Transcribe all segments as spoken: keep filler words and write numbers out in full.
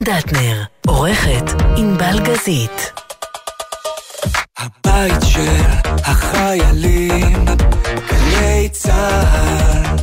דטנר, עורכת ענבל גזית. הבית של החיילים, גלי צהל.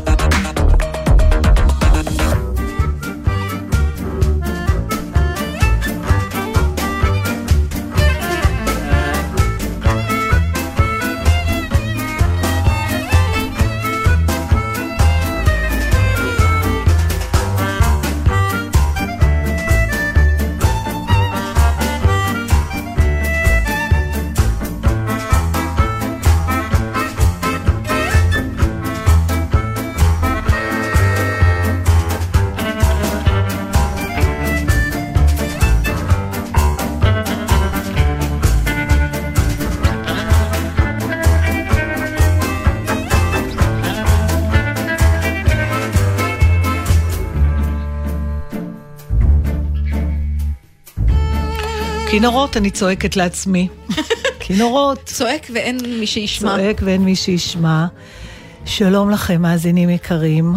כינורות, אני צועקת לעצמי. כינורות. צועק ואין מי שישמע. צועק ואין מי שישמע. שלום לכם, מאזינים יקרים.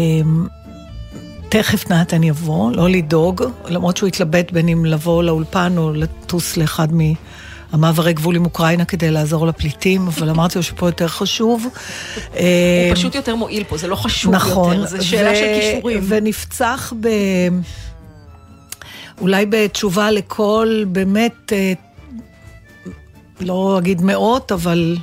תכף נתן יבוא, לא לדאוג, למרות שהוא התלבט בין אם לבוא לאולפן או לטוס לאחד מהמעברי גבול עם אוקראינה כדי לעזור לפליטים, אבל אמרתי לו שפה יותר חשוב. הוא פשוט יותר מועיל פה, זה לא חשוב יותר, זה שאלה של כישורים. ונפצח ב... אולי בתשובה לכל, באמת, לא אגיד מאות, אבל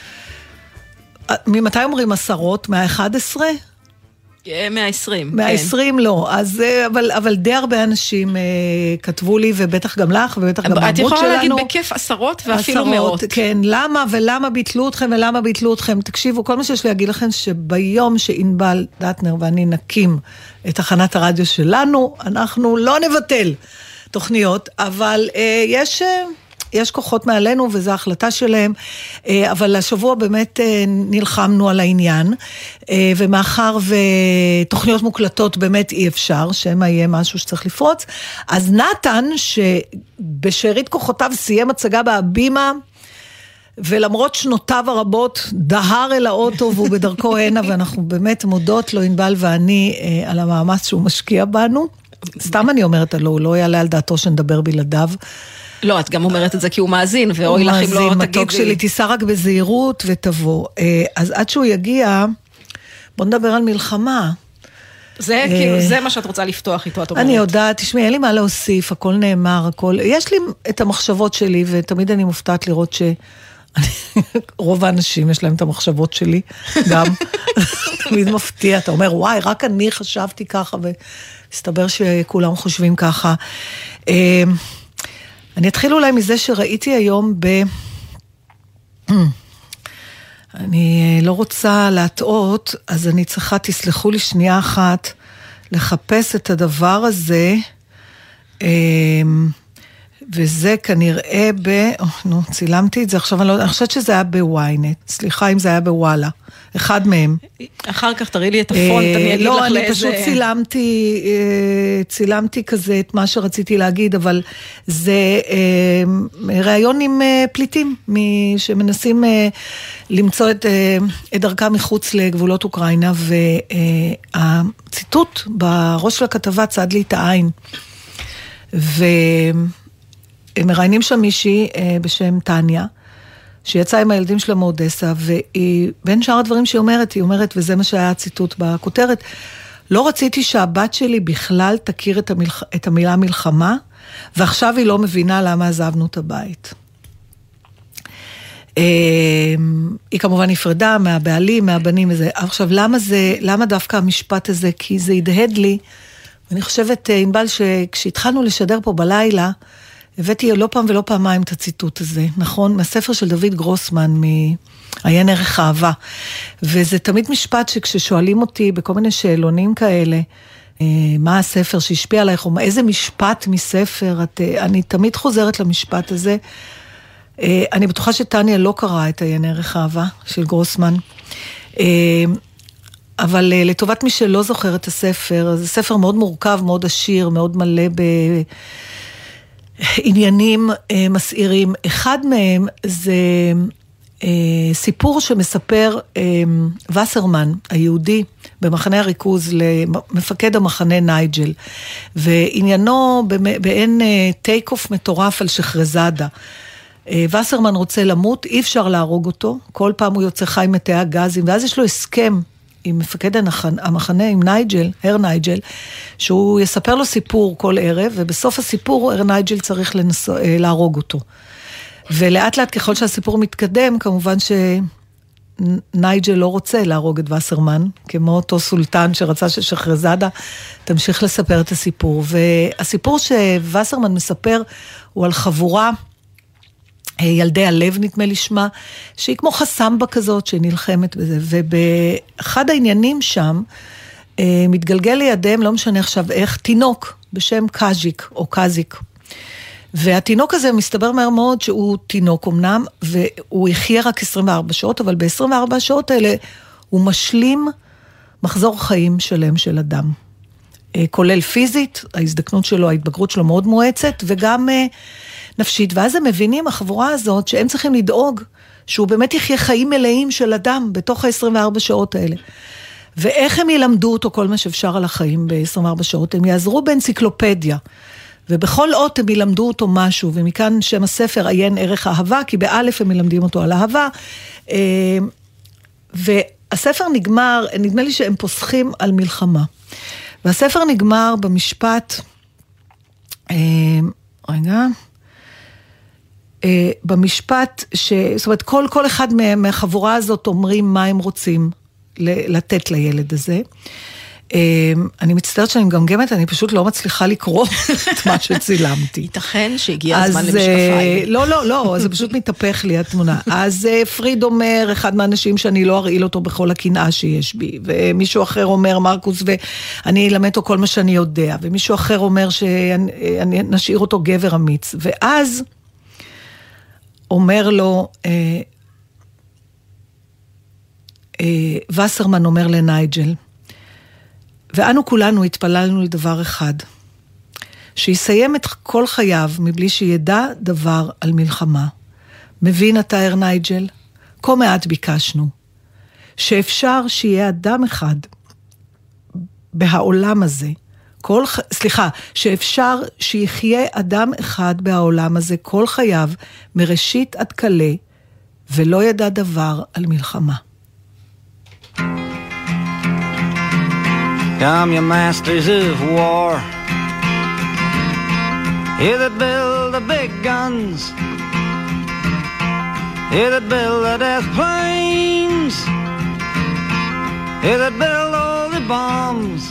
ממתי אומרים עשרות? מה-אחד עשרה? מה-עשרים. מה-עשרים לא, אז, אבל, אבל די הרבה אנשים אה, כתבו לי, ובטח גם לך, ובטח גם בעמוד שלנו. את יכולה להגיד בכיף עשרות ואפילו עשרות, מאות. כן, למה ולמה ביטלו אתכם ולמה ביטלו אתכם. תקשיבו, כל מה שיש לי להגיד לכם, שביום שענבל דטנר ואני נקים את תחנת הרדיו שלנו, אנחנו לא נבטל תוכניות, אבל אה, יש... אה, יש כוחות מעלינו, וזו ההחלטה שלהם, אבל השבוע באמת נלחמנו על העניין, ומאחר ותוכניות מוקלטות באמת אי אפשר, שמה יהיה משהו שצריך לפרוץ, אז נתן, שבשארית כוחותיו סיים הצגה בהבימה, ולמרות שנותיו הרבות, דהר אל האוטו, והוא בדרכו הנה, ואנחנו באמת מודות לו, ענבל ואני, על המאמץ שהוא משקיע בנו. סתם אני אומרת עלו, הוא לא יעלה על דעתו שנדבר בלעדיו, לא, את גם אומרת את זה כי הוא מאזין, ואוי לך אם לא תגיד לי. מתוק שלי, תיסע רק בזהירות ותבוא. אז עד שהוא יגיע, בוא נדבר על מלחמה. זה כאילו, זה מה שאת רוצה לפתוח איתו, את אומרת. אני יודעת, תשמעי, אין לי מה להוסיף, הכל נאמר, הכל. יש לי את המחשבות שלי, ותמיד אני מופתעת לראות ש... רוב האנשים יש להם את המחשבות שלי, גם. תמיד מפתיע, אתה אומר, וואי, רק אני חשבתי ככה, והסתבר שכולם חושבים ככה. אני אתחיל אולי מזה שראיתי היום ב... אני לא רוצה להטעות, אז אני צריכה, תסלחו לי שנייה אחת, לחפש את הדבר הזה, וזה כנראה ב... נו, צילמתי את זה, עכשיו אני לא... אני חושבת שזה היה בוויינט, סליחה אם זה היה בוואלה, אחד מהם. אחר כך תראי לי את הפונט, אני אגיד לך לאיזה... לא, אני פשוט צילמתי, צילמתי כזה את מה שרציתי להגיד, אבל זה ראיון עם פליטים, שמנסים למצוא את, את דרכם מחוץ לגבולות אוקראינה, והציטוט בראש של הכתבה צד לי את העין, והם מראיינים שם מישהי בשם טניה, שיצאה עם הילדים שלה מאודסה, והיא, בין שאר הדברים שהיא אומרת, היא אומרת, וזה מה שהיה הציטוט בכותרת, לא רציתי שהבת שלי בכלל תכיר את, המלח... את המילה מלחמה, ועכשיו היא לא מבינה למה עזבנו את הבית. היא כמובן נפרדה מהבעלים, מהבנים וזה. עכשיו, למה זה, למה דווקא המשפט הזה? כי זה ידהד לי, ואני חושבת, ענבל, שכשהתחלנו לשדר פה בלילה, הבאתי לא פעם ולא פעמיים את הציטוט הזה, נכון? מהספר של דוד גרוסמן, מעיין ערך אהבה. וזה תמיד משפט שכששואלים אותי בכל מיני שאלונים כאלה, מה הספר שהשפיע עלייך, או איזה משפט מספר, את, אני תמיד חוזרת למשפט הזה. אני בטוחה שטניה לא קראה את עיין ערך אהבה של גרוסמן. אבל לטובת מי שלא זוכר את הספר, זה ספר מאוד מורכב, מאוד עשיר, מאוד מלא ב... עניינים מסעירים. אחד מהם זה סיפור שמספר וסרמן, היהודי, במחנה הריכוז למפקד המחנה נייג'ל, ועניינו באין טייק אוף מטורף על שחרזאדה. וסרמן רוצה למות, אי אפשר להרוג אותו, כל פעם הוא יוצא חי מתאי הגזים, ואז יש לו הסכם עם מפקד המחנה, עם נייג'ל, הר נייג'ל, שהוא יספר לו סיפור כל ערב, ובסוף הסיפור הר נייג'ל צריך לנס... להרוג אותו. ולאט לאט ככל שהסיפור מתקדם, כמובן שנייג'ל לא רוצה להרוג את וסרמן, כמו אותו סולטן שרצה ששחרזאדה תמשיך לספר את הסיפור. והסיפור שווסרמן מספר הוא על חבורה, ילדי הלב נדמה לשמה, שהיא כמו חסמבה כזאת שנלחמת בזה, ובאחד העניינים שם, מתגלגל לידיהם, לא משנה עכשיו איך, תינוק בשם קז'יק או קזיק. והתינוק הזה מסתבר מהר מאוד שהוא תינוק אמנם, והוא יחיה רק עשרים וארבע שעות, אבל ב-עשרים וארבע השעות האלה הוא משלים מחזור חיים שלם של אדם. כולל פיזית, ההזדקנות שלו, ההתבגרות שלו מאוד מואצת, וגם נפשית. ואז הם מבינים, החבורה הזאת, שהם צריכים לדאוג שהוא באמת יחיה חיים מלאים של אדם בתוך ה-עשרים וארבע שעות האלה. ואיך הם ילמדו אותו כל מה שאפשר על החיים ב-עשרים וארבע שעות? הם יעזרו באנציקלופדיה. ובכל אות הם ילמדו אותו משהו, ומכאן שם הספר עיין ערך אהבה, כי באלף הם מלמדים אותו על אהבה, והספר נגמר, נדמה לי שהם פוסחים על מלחמה, והספר נגמר במשפט, רגע, במשפט, ש, זאת אומרת, כל, כל אחד מהחבורה הזאת אומרים מה הם רוצים לתת לילד הזה, אני מצטערת שאני מגמגמת, אני פשוט לא מצליחה לקרוא את מה שצילמתי. ייתכן שהגיע הזמן למשקפיים. לא, לא, לא, זה פשוט מתהפך לי התמונה. אז פריד אומר, אחד מהאנשים שאני לא ארעיל אותו בכל הקנאה שיש בי, ומישהו אחר אומר, מרקוס, ואני אלמד אותו כל מה שאני יודע, ומישהו אחר אומר שנשאיר אותו גבר אמיץ, ואז אומר לו, וסרמן אומר לנייג'ל, ואנו כולנו התפללנו לדבר אחד, שיסיים את כל חייו מבלי שידע דבר על מלחמה. מבין אתה הר נייג'ל? כה מעט ביקשנו, שאפשר שיהיה אדם אחד בהעולם הזה, כל, סליחה, שאפשר שיחיה אדם אחד בהעולם הזה כל חייו, מראשית עד כלה, ולא ידע דבר על מלחמה. Come, you masters of war, you that build the big guns, you that build the death planes, you that build all the bombs,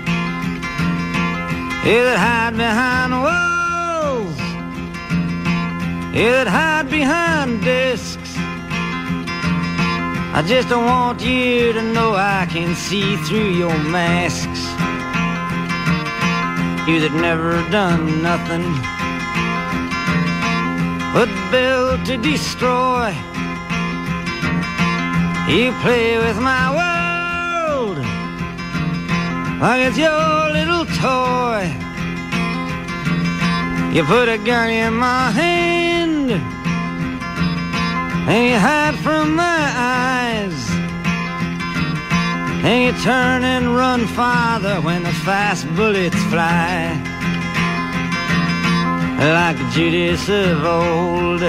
you that hide behind walls, you that hide behind discs. I just don't want you to know I can see through your masks. You that never done nothing but build to destroy. You play with my world like it's your little toy. You put a gun in my hand and you hide from my eyes, and you turn and run farther when the fast bullets fly. Like Judas of old,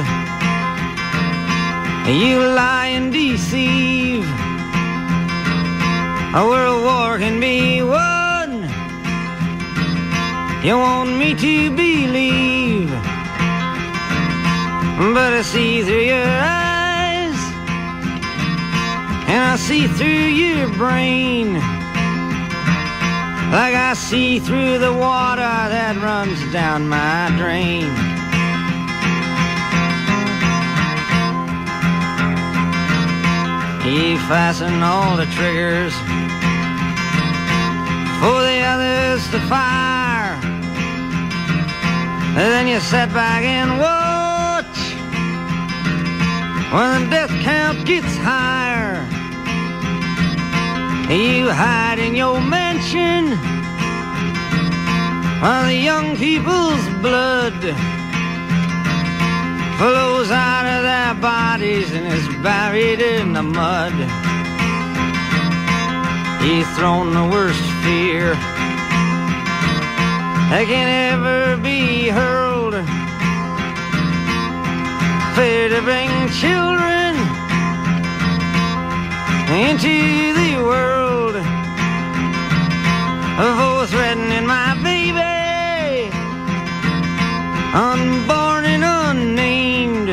you lie and deceive. A world war can be won, you want me to believe, but I see through your eyes, and I see through your brain, like I see through the water that runs down my drain. You fasten all the triggers for the others to fire, and then you sit back and watch when the death count gets higher. You hide in your mansion while the young people's blood flows out of their bodies and is buried in the mud. He's thrown the worst fear that can ever be hurled. Fear to bring children into the world, for threatening my baby, unborn and unnamed.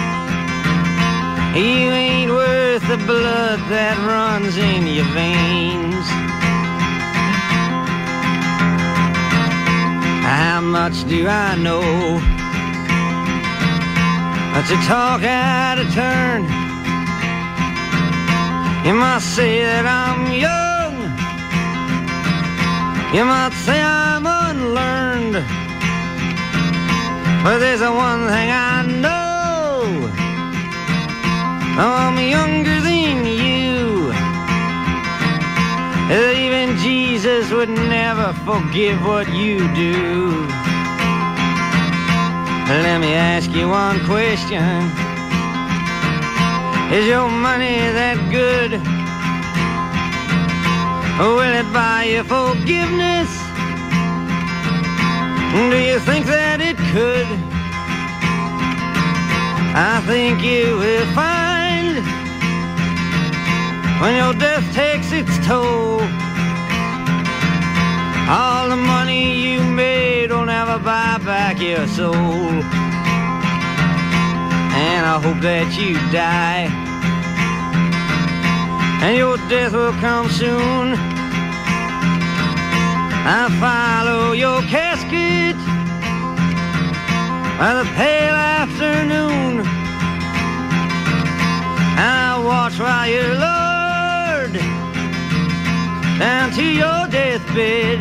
You ain't worth the blood that runs in your veins. How much do I know to talk out of turn? You might say that I'm young, you might say I'm unlearned, but there's a one thing I know: I'm younger than you. Even Jesus would never forgive what you do. Let me ask you one question: is your money that good? Will it buy you forgiveness? Do you think that it could? I think you will find when your death takes its toll, all the money you made will never buy back your soul. And I hope that you die, and your death will come soon. I follow your casket by the pale afternoon, and I watch while you're lowered down to your deathbed,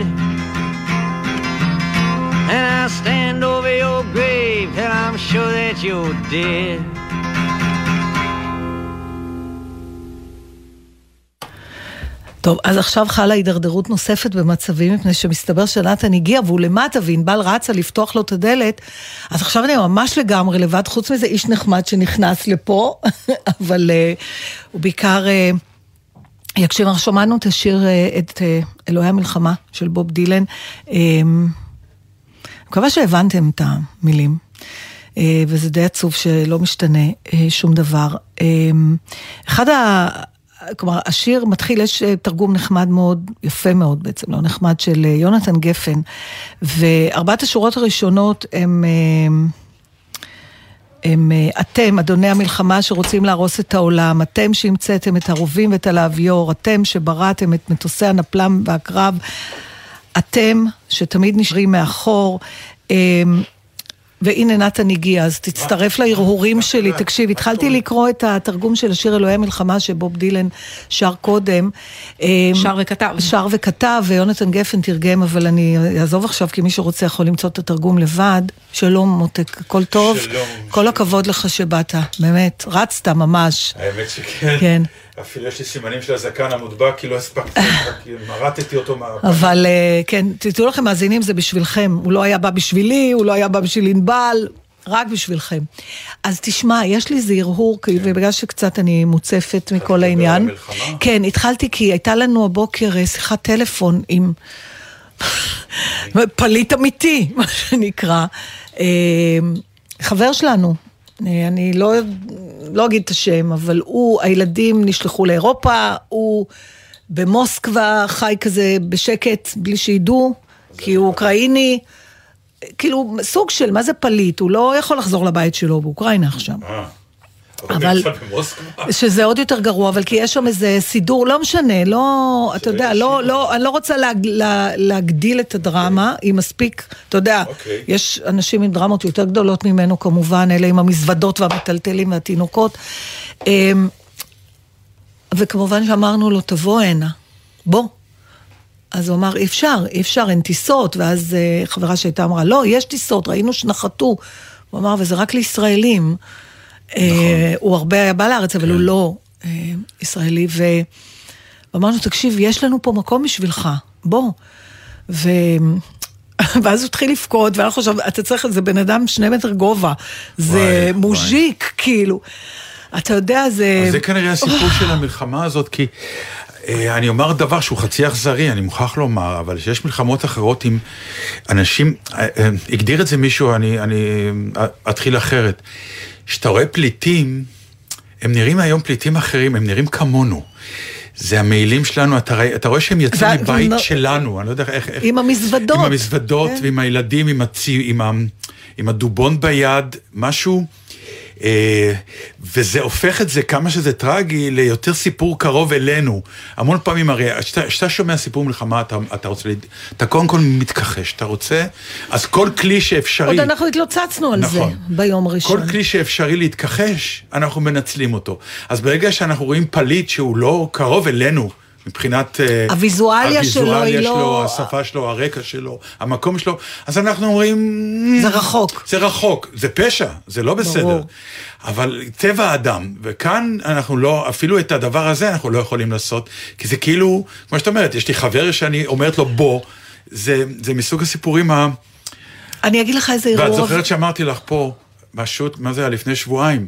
and I stand over your grave till I'm sure that you're dead. טוב, אז עכשיו חלה הידרדרות נוספת במצבים, מפני שמסתבר שנתן הגיע, והוא למטה, וענבל רצה לפתוח לו את הדלת, אז עכשיו אני ממש לגמרי לבד, חוץ מזה איש נחמד שנכנס לפה, אבל uh, הוא בעיקר, uh, יקשיב, אנחנו שמענו את השיר, uh, את uh, אלוהי המלחמה של בוב דילן, uh, אני מקווה שהבנתם את המילים, uh, וזה די עצוב שלא משתנה uh, שום דבר. Uh, אחד ה... כלומר, השיר מתחיל, יש תרגום נחמד מאוד, יפה מאוד בעצם, לא נחמד, של יונתן גפן, וארבעת השורות הראשונות הם, הם, הם אתם, אדוני המלחמה שרוצים להרוס את העולם, אתם שהמצאתם את הרובים ואת הלאביור, אתם שבראתם את מטוסי הנפלם והקרב, אתם שתמיד נשארים מאחור, והנה נתן הגיע, אז תצטרף להרהורים שלי, תקשיב, התחלתי לקרוא את התרגום של השיר אלוהי המלחמה שבוב דילן שר קודם. שר וכתב. שר וכתב, ויונתן גפן תרגם, אבל אני אעזוב עכשיו, כי מי שרוצה יכול למצוא את התרגום לבד. שלום מותק, הכל טוב. שלום. כל הכבוד לך שבאת, באמת, רצת ממש. האמת שכן. כן. אפילו יש לי סימנים של הזקן המודבק, כי לא הספקתי, כי מרדתי אותו מה... אבל כן, תתראו לכם, מאזינים, זה בשבילכם. הוא לא היה בא בשבילי, הוא לא היה בא בשביל ענבל, רק בשבילכם. אז תשמע, יש לי איזה הרהור, ובגלל שקצת אני מוצפת מכל העניין. כן, התחלתי כי הייתה לנו הבוקר שיחת טלפון עם פליט אמיתי, מה שנקרא. חבר שלנו, אני לא, לא אגיד את השם, אבל הוא, הילדים נשלחו לאירופה, הוא במוסקבה חי כזה בשקט, בלי שידעו, כי הוא אוקראיני, כאילו סוג של, מה זה פליט? הוא לא יכול לחזור לבית שלו באוקראינה עכשיו. אבל שזה עוד יותר גרוע, אבל כי יש שם איזה סידור, לא משנה, לא, אתה יודע, לא, לא, אני לא רוצה להגדיל את הדרמה, היא מספיק, אתה יודע, יש אנשים עם דרמות יותר גדולות ממנו כמובן, אלה עם המזוודות והמטלטלים והתינוקות, וכמובן שאמרנו לו, תבוא הנה, בוא. אז הוא אמר, אי אפשר, אי אפשר, אין טיסות, ואז חברה שהייתה אמרה, לא, יש טיסות, ראינו שנחתו, הוא אמר, וזה רק לישראלים, הוא הרבה היה בא לארץ, אבל הוא לא ישראלי, ואמרנו, תקשיב, יש לנו פה מקום בשבילך, בוא. ואז הוא התחיל לפקוד, ואנחנו חושב, אתה צריך, זה בן אדם שני מטר גובה, זה מוז'יק, כאילו. אתה יודע, זה... אז זה כנראה הסיפור של המלחמה הזאת, כי אני אומר דבר שהוא חצי אכזרי, אני מוכרח לומר, אבל שיש מלחמות אחרות עם אנשים, הגדיר את זה מישהו, אני, אני אתחיל אחרת. שאתה רואה פליטים, הם נראים היום פליטים אחרים, הם נראים כמונו. זה המעילים שלנו, אתה, אתה רואה שהם יצאו מבית ו... שלנו, אני לא יודע איך... עם המזוודות. עם המזוודות, כן. ועם הילדים, עם, הצי, עם, ה, עם הדובון ביד, משהו... וזה הופך את זה, כמה שזה טרגי, ליותר סיפור קרוב אלינו. המון פעמים הרי, כשאתה שומע סיפור מלחמה, אתה, אתה רוצה, אתה קודם כל מתכחש, אתה רוצה, אז כל כלי שאפשרי... עוד אנחנו התלוצצנו על נכון, זה ביום הראשון. כל כלי שאפשרי להתכחש, אנחנו מנצלים אותו. אז ברגע שאנחנו רואים פליט שהוא לא קרוב אלינו, מבחינת... הוויזואליה שלו היא לא... השפה שלו, הרקע שלו, המקום שלו, אז אנחנו אומרים... זה רחוק. זה רחוק, זה פשע, זה לא בסדר. ברור. אבל טבע האדם, וכאן אנחנו לא, אפילו את הדבר הזה אנחנו לא יכולים לעשות, כי זה כאילו, כמו שאת אומרת, יש לי חבר שאני אומרת לו בוא, זה, זה מסוג הסיפורים ה... אני אגיד לך איזה אירוע... ואת זוכרת שאמרתי לך פה, משהו, מה זה היה לפני שבועיים?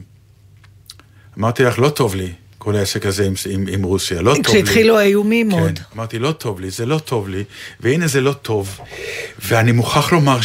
אמרתי לך, לא טוב לי. כל העסק הזה עם, עם, עם רוסיה, לא טוב לי. כשהתחילו האיומים כן, עוד. אמרתי, לא טוב לי, זה לא טוב לי, והנה זה לא טוב. ואני מוכרח לומר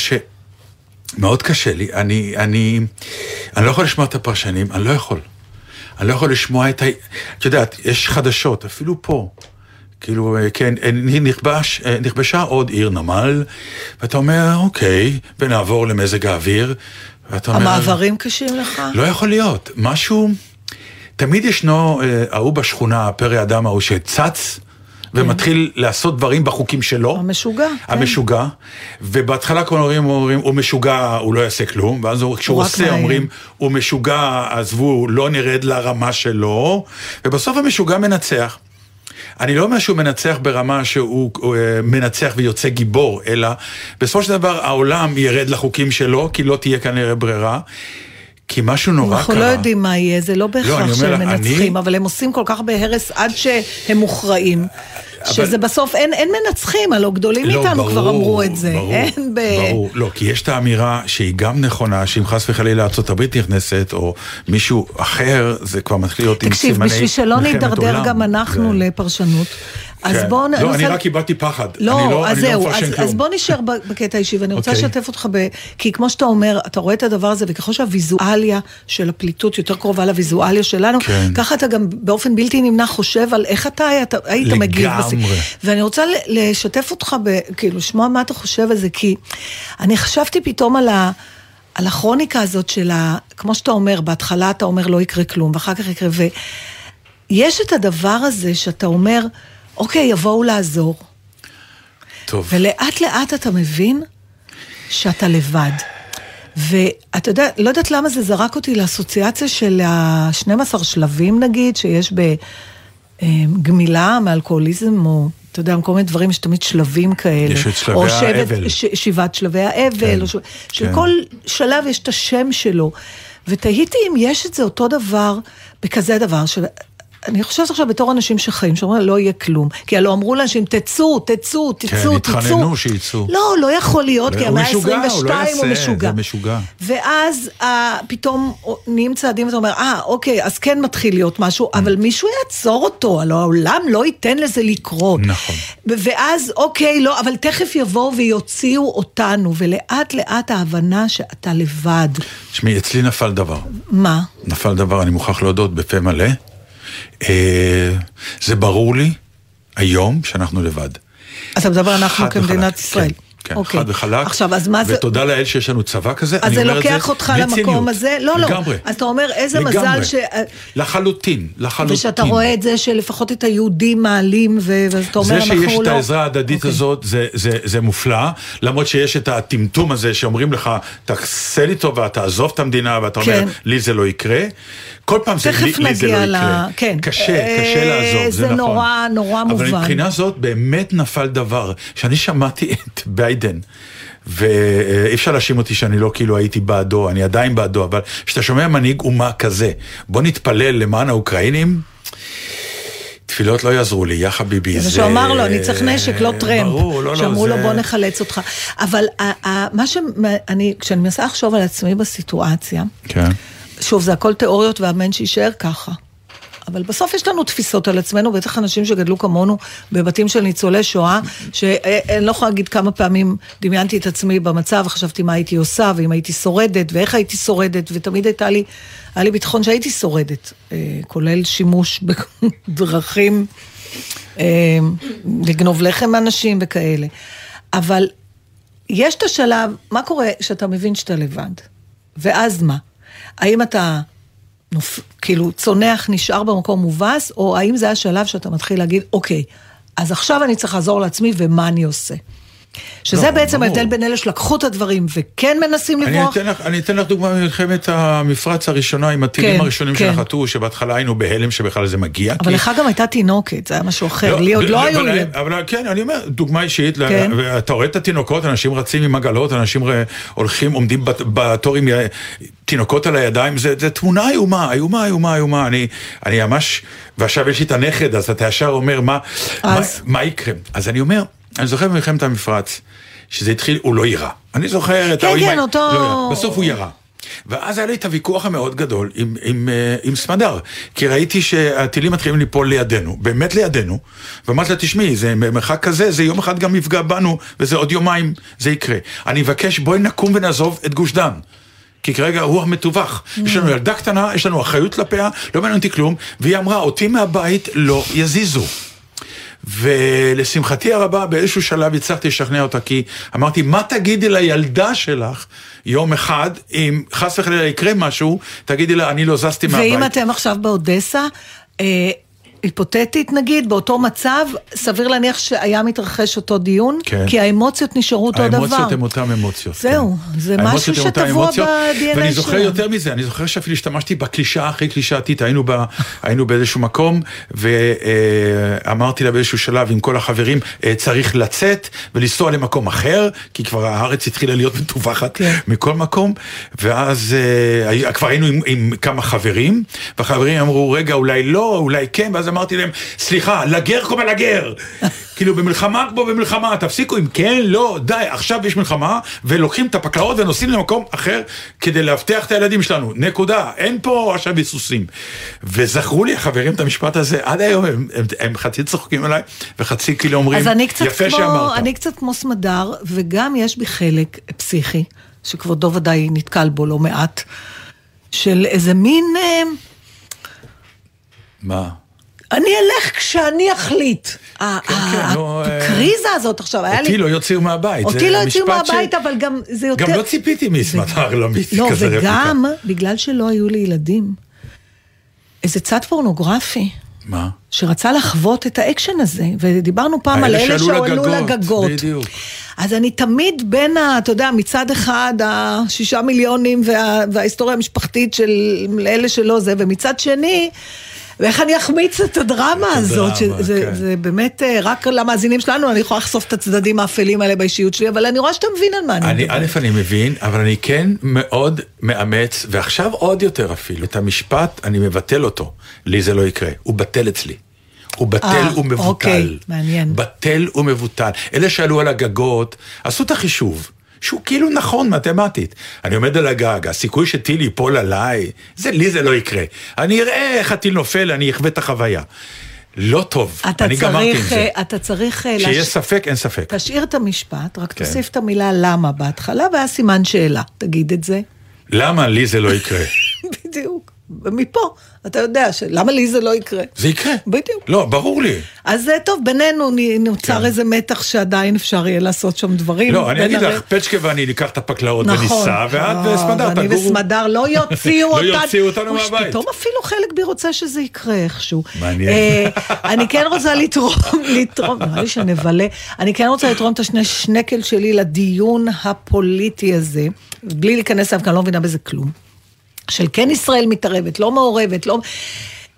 שמאוד קשה לי, אני, אני, אני לא יכול לשמוע את הפרשנים, אני לא יכול. אני לא יכול לשמוע את ה... את יודעת, יש חדשות, אפילו פה, כאילו, כן, נכבש, נכבשה עוד עיר נמל, ואתה אומר, אוקיי, ונעבור למזג האוויר, ואתה אומר... המעברים קשים לך? לא יכול להיות, משהו... תמיד ישנו, ההוא בשכונה, הפרא אדם ההוא שצץ, ומתחיל לעשות דברים בחוקים שלו. המשוגע. המשוגע. ובהתחלה כל אומרים, אומרים, הוא משוגע, הוא לא יעשה כלום, ואז כשהוא עושה, אומרים, הוא משוגע, עזבו, לא נרד לרמה שלו, ובסוף המשוגע מנצח. אני לא אומר שהוא מנצח ברמה שהוא מנצח ויוצא גיבור, אלא בסופו של דבר העולם ירד לחוקים שלו, כי לא תהיה כנראה ברירה. כי משהו נורא קרה. אנחנו לא יודעים מה יהיה, זה לא בהכרח שהם מנצחים, אבל הם עושים כל כך בהרס עד שהם מוכרעים, שזה בסוף אין מנצחים, הלא גדולים איתנו כבר אמרו את זה. ברור, לא, כי יש את האמירה שהיא גם נכונה, שאם חס וחלילה ארצות הברית נכנסת, או מישהו אחר, זה כבר מתחיל להיות עם סימני... תקשיב, בשביל שלא נידרדר גם אנחנו לפרשנות, אז בואו... לא, אני רק איבדתי פחד. לא, אז זהו, אז בואו נשאר בקטע האישי, ואני רוצה לשתף אותך ב... כי כמו שאתה אומר, אתה רואה את הדבר הזה, וככל שהוויזואליה של הפליטות יותר קרובה לוויזואליה שלנו, ככה אתה גם באופן בלתי נמנע חושב על איך אתה היית מגיב. לגמרי. ואני רוצה לשתף אותך, כאילו, לשמוע מה אתה חושב על זה, כי אני חשבתי פתאום על ה... על הכרוניקה הזאת של ה... כמו שאתה אומר, בהתחלה אתה אומר לא יקרה כלום, ואחר כך יקרה, ויש את הדבר הזה שאתה אומר, אוקיי, יבואו לעזור. טוב. ולאט לאט אתה מבין שאתה לבד. ואתה יודע, לא יודעת למה זה זרק אותי לאסוציאציה של ה-שנים עשר שלבים נגיד, שיש בגמילה מאלכוהוליזם, או אתה יודע, כל מיני דברים, יש תמיד שלבים כאלה. יש את שלבי האבל. ש, שבעת שלבי האבל, כן, או ש, כן. של כל שלב יש את השם שלו. ותהיתי אם יש את זה אותו דבר, בכזה דבר, של... אני חושבת עכשיו בתור אנשים שחיים, שאומרים, לא יהיה כלום. כי הלא אמרו לאנשים, תצאו, תצאו, תצאו, תצאו. כן, התחננו שיצאו. לא, לא יכול להיות, כי המאה ה-עשרים ושתיים הוא משוגע. זה משוגע. ואז פתאום נהיים צעדים, ואתה אומר, אה, אוקיי, אז כן מתחיל להיות משהו, אבל מישהו יעצור אותו, העולם לא ייתן לזה לקרות. נכון. ואז, אוקיי, לא, אבל תכף יבואו ויוציאו אותנו, ולאט לאט ההבנה שאתה לבד. שמי, אצלי נפל דבר. מה? נפל דבר, אני מוכרח להודות בפה מלא. זה ברור לי היום שאנחנו לבד. אתה מדבר אנחנו כמדינת ישראל. כן, חד וחלק. עכשיו, אז מה זה... ותודה לאל שיש לנו צבא כזה. אז זה לוקח אותך למקום הזה? לא, לא. לגמרי. אז אתה אומר, איזה מזל ש... לחלוטין, לחלוטין. ושאתה רואה את זה שלפחות את היהודים מעלים, ואתה אומר, אנחנו לא... זה שיש את העזרה ההדדית הזאת, זה מופלא, למרות שיש את הטמטום הזה שאומרים לך, תעשה לי טוב ותעזוב את המדינה, ואתה אומר, לי זה לא יקרה. כל פעם זה לי זה לא יקרה. קשה, קשה לעזוב, זה נכון. זה נורא, נורא מובן. אבל מבחינה זאת באמת נפל דבר, שאני שמעתי את ביידן, ואי אפשר להאשים אותי שאני לא כאילו הייתי בעדו, אני עדיין בעדו, אבל כשאתה שומע מנהיג אומה כזה, בוא נתפלל למען האוקראינים, תפילות לא יעזרו לי, יא חביבי. זה שאומר לו, אני צריך נשק, לא טרמפ. ברור, לא, לא. שאמרו לו, בוא נחלץ אותך. אבל מה שאני, כשאני מנסה לחשוב על עצמי בסיטואציה, כן. שוב, זה הכל תיאוריות והאמן שישאר ככה. אבל בסוף יש לנו תפיסות על עצמנו, בטח אנשים שגדלו כמונו בבתים של ניצולי שואה, שאני לא יכולה להגיד כמה פעמים דמיינתי את עצמי במצב, חשבתי מה הייתי עושה, ואם הייתי שורדת, ואיך הייתי שורדת, ותמיד הייתה לי, היה לי ביטחון שהייתי שורדת, כולל שימוש בדרכים, לגנוב לחם מאנשים וכאלה. אבל יש את השלב, מה קורה שאתה מבין שאתה לבד? ואז מה? האם אתה כאילו צונח נשאר במקום מובס, או האם זה השלב שאתה מתחיל להגיד, אוקיי, אז עכשיו אני צריך לעזור לעצמי, ומה אני עושה? שזה לא, בעצם ההבדל בין אלה שלקחו את הדברים, וכן מנסים לברוח. אני אתן לך, אני אתן לך דוגמה ממלחמת המפרץ הראשונה, עם הטילים כן, הראשונים כן. שנחתו, שבהתחלה היינו בהלם שבכלל זה מגיע. אבל כי... לך גם הייתה תינוקת, זה היה משהו אחר, לא, לי עוד לא, לא היו לי. אבל כן, אני אומר, דוגמה אישית, כן. ואתה רואה את התינוקות, אנשים רצים עם עגלות, אנשים הולכים, עומדים בתור עם תינוקות על הידיים, זה, זה תמונה איומה, איומה, איומה, איומה. אני, אני ממש, ועכשיו יש לי את הנכד, אז אתה ישר אומר, מה, אז... מה, מה יקרה? אז אני אומר, אני זוכר במלחמת המפרץ, שזה התחיל, הוא לא ירה. אני זוכר את כן, כן, אותו... לא, בסוף הוא ירה. ואז היה לי את הוויכוח המאוד גדול עם, עם, עם סמדר, כי ראיתי שהטילים מתחילים ליפול לידינו, באמת לידינו, ואמרתי לה, תשמעי, זה מרחק כזה, זה יום אחד גם יפגע בנו, וזה עוד יומיים, זה יקרה. אני מבקש, בואי נקום ונעזוב את גוש דן. כי כרגע הוא המטווח. Mm. יש לנו ילדה קטנה, יש לנו אחריות לפיה, לא מעניין אותי כלום, והיא אמרה, אותי מהבית לא יזיזו. ולשמחתי הרבה, באיזשהו שלב הצלחתי לשכנע אותה, כי אמרתי, מה תגידי לילדה שלך יום אחד, אם חס וחלילה יקרה משהו, תגידי לה, אני לא זזתי מהבית. ואם אתם עכשיו באודסה, אה, היפותטית נגיד, באותו מצב, סביר להניח שהיה מתרחש אותו דיון, כן. כי האמוציות נשארו אותו דבר. האמוציות הן אותן אמוציות. זהו, כן. זה משהו שטבוע ב-די אן איי ואני זוכר שלנו. יותר מזה, אני זוכר שאפילו השתמשתי בקלישה הכי קלישאתית, היינו, ב, היינו באיזשהו מקום, ואמרתי לה באיזשהו שלב עם כל החברים, צריך לצאת ולנסוע למקום אחר, כי כבר הארץ התחילה להיות מטווחת כן. מכל מקום, ואז כבר היינו עם, עם כמה חברים, והחברים אמרו, רגע, אולי לא, אולי כן, ואז אמרתי להם, סליחה, לגר כמו לגר. כאילו במלחמה כמו במלחמה, תפסיקו אם כן, לא, די, עכשיו יש מלחמה, ולוקחים את הפקלאות ונוסעים למקום אחר, כדי להבטיח את הילדים שלנו. נקודה, אין פה עכשיו ביסוסים. וזכרו לי החברים את המשפט הזה, עד היום הם, הם, הם חצי צוחקים עליי, וחצי כאילו אומרים, יפה כמו, שאמרת. אני קצת כמו סמדר, וגם יש בי חלק פסיכי, שכבודו ודאי נתקל בו לא מעט, של איזה מין... מה? אני אלך כשאני אחליט. הקריזה הזאת עכשיו, היה לי... אותי לא יוציאו מהבית. אותי לא יוציאו מהבית, אבל גם זה יותר... גם לא ציפיתי מסמדר עולמית כזה רפיקה. לא, וגם, בגלל שלא היו לי ילדים, איזה צד פורנוגרפי. מה? שרצה לחוות את האקשן הזה, ודיברנו פעם על אלה שעלו לגגות. בדיוק. אז אני תמיד בין, אתה יודע, מצד אחד, השישה מיליונים וההיסטוריה המשפחתית של אלה שלא זה, ומצד שני... ואיך אני אחמיץ את הדרמה הזאת, שזה באמת רק למאזינים שלנו, אני יכולה לחשוף את הצדדים האפלים האלה באישיות שלי, אבל אני רואה שאתה מבין על מה אני מדבר. א', אני מבין, אבל אני כן מאוד מאמץ, ועכשיו עוד יותר אפילו, את המשפט, אני מבטל אותו, לי זה לא יקרה, הוא בטל אצלי. הוא בטל ומבוטל. אוקיי, מעניין. בטל ומבוטל. אלה שעלו על הגגות, עשו את החישוב. שהוא כאילו נכון מתמטית. אני עומד על הגג, הסיכוי שטיל ייפול עליי, זה, לי זה לא יקרה. אני אראה איך הטיל נופל, אני אחווה את החוויה. לא טוב, אני גמרתי עם זה. אתה צריך... שיש ספק, אין ספק. תשאיר את המשפט, רק תוסיף את המילה למה בהתחלה, והיה סימן שאלה. תגיד את זה. למה לי זה לא יקרה? בדיוק. ומפה, אתה יודע שלמה לי זה לא יקרה. זה יקרה. בדיוק. לא, ברור לי. אז טוב, בינינו נוצר כן. איזה מתח שעדיין אפשר יהיה לעשות שם דברים. לא, אני אגיד הרי... לך, פצ'קה ואני ניקח את הפקלאות נכון. וניסה, ואת וסמדר תגורו. ואני וסמדר לא יוציאו אותנו. לא יוציאו אותנו מהבית. פתאום אפילו חלק בי רוצה שזה יקרה איכשהו. מעניין. אני כן רוצה לתרום, לתרום, נראה לי שנבלה, אני כן רוצה לתרום את השני שנקל שלי לדיון הפוליטי הזה, בלי להיכנס אליו, כי אני לא מבינה בזה כלום. של כן ישראל מתערבת, לא מעורבת, לא...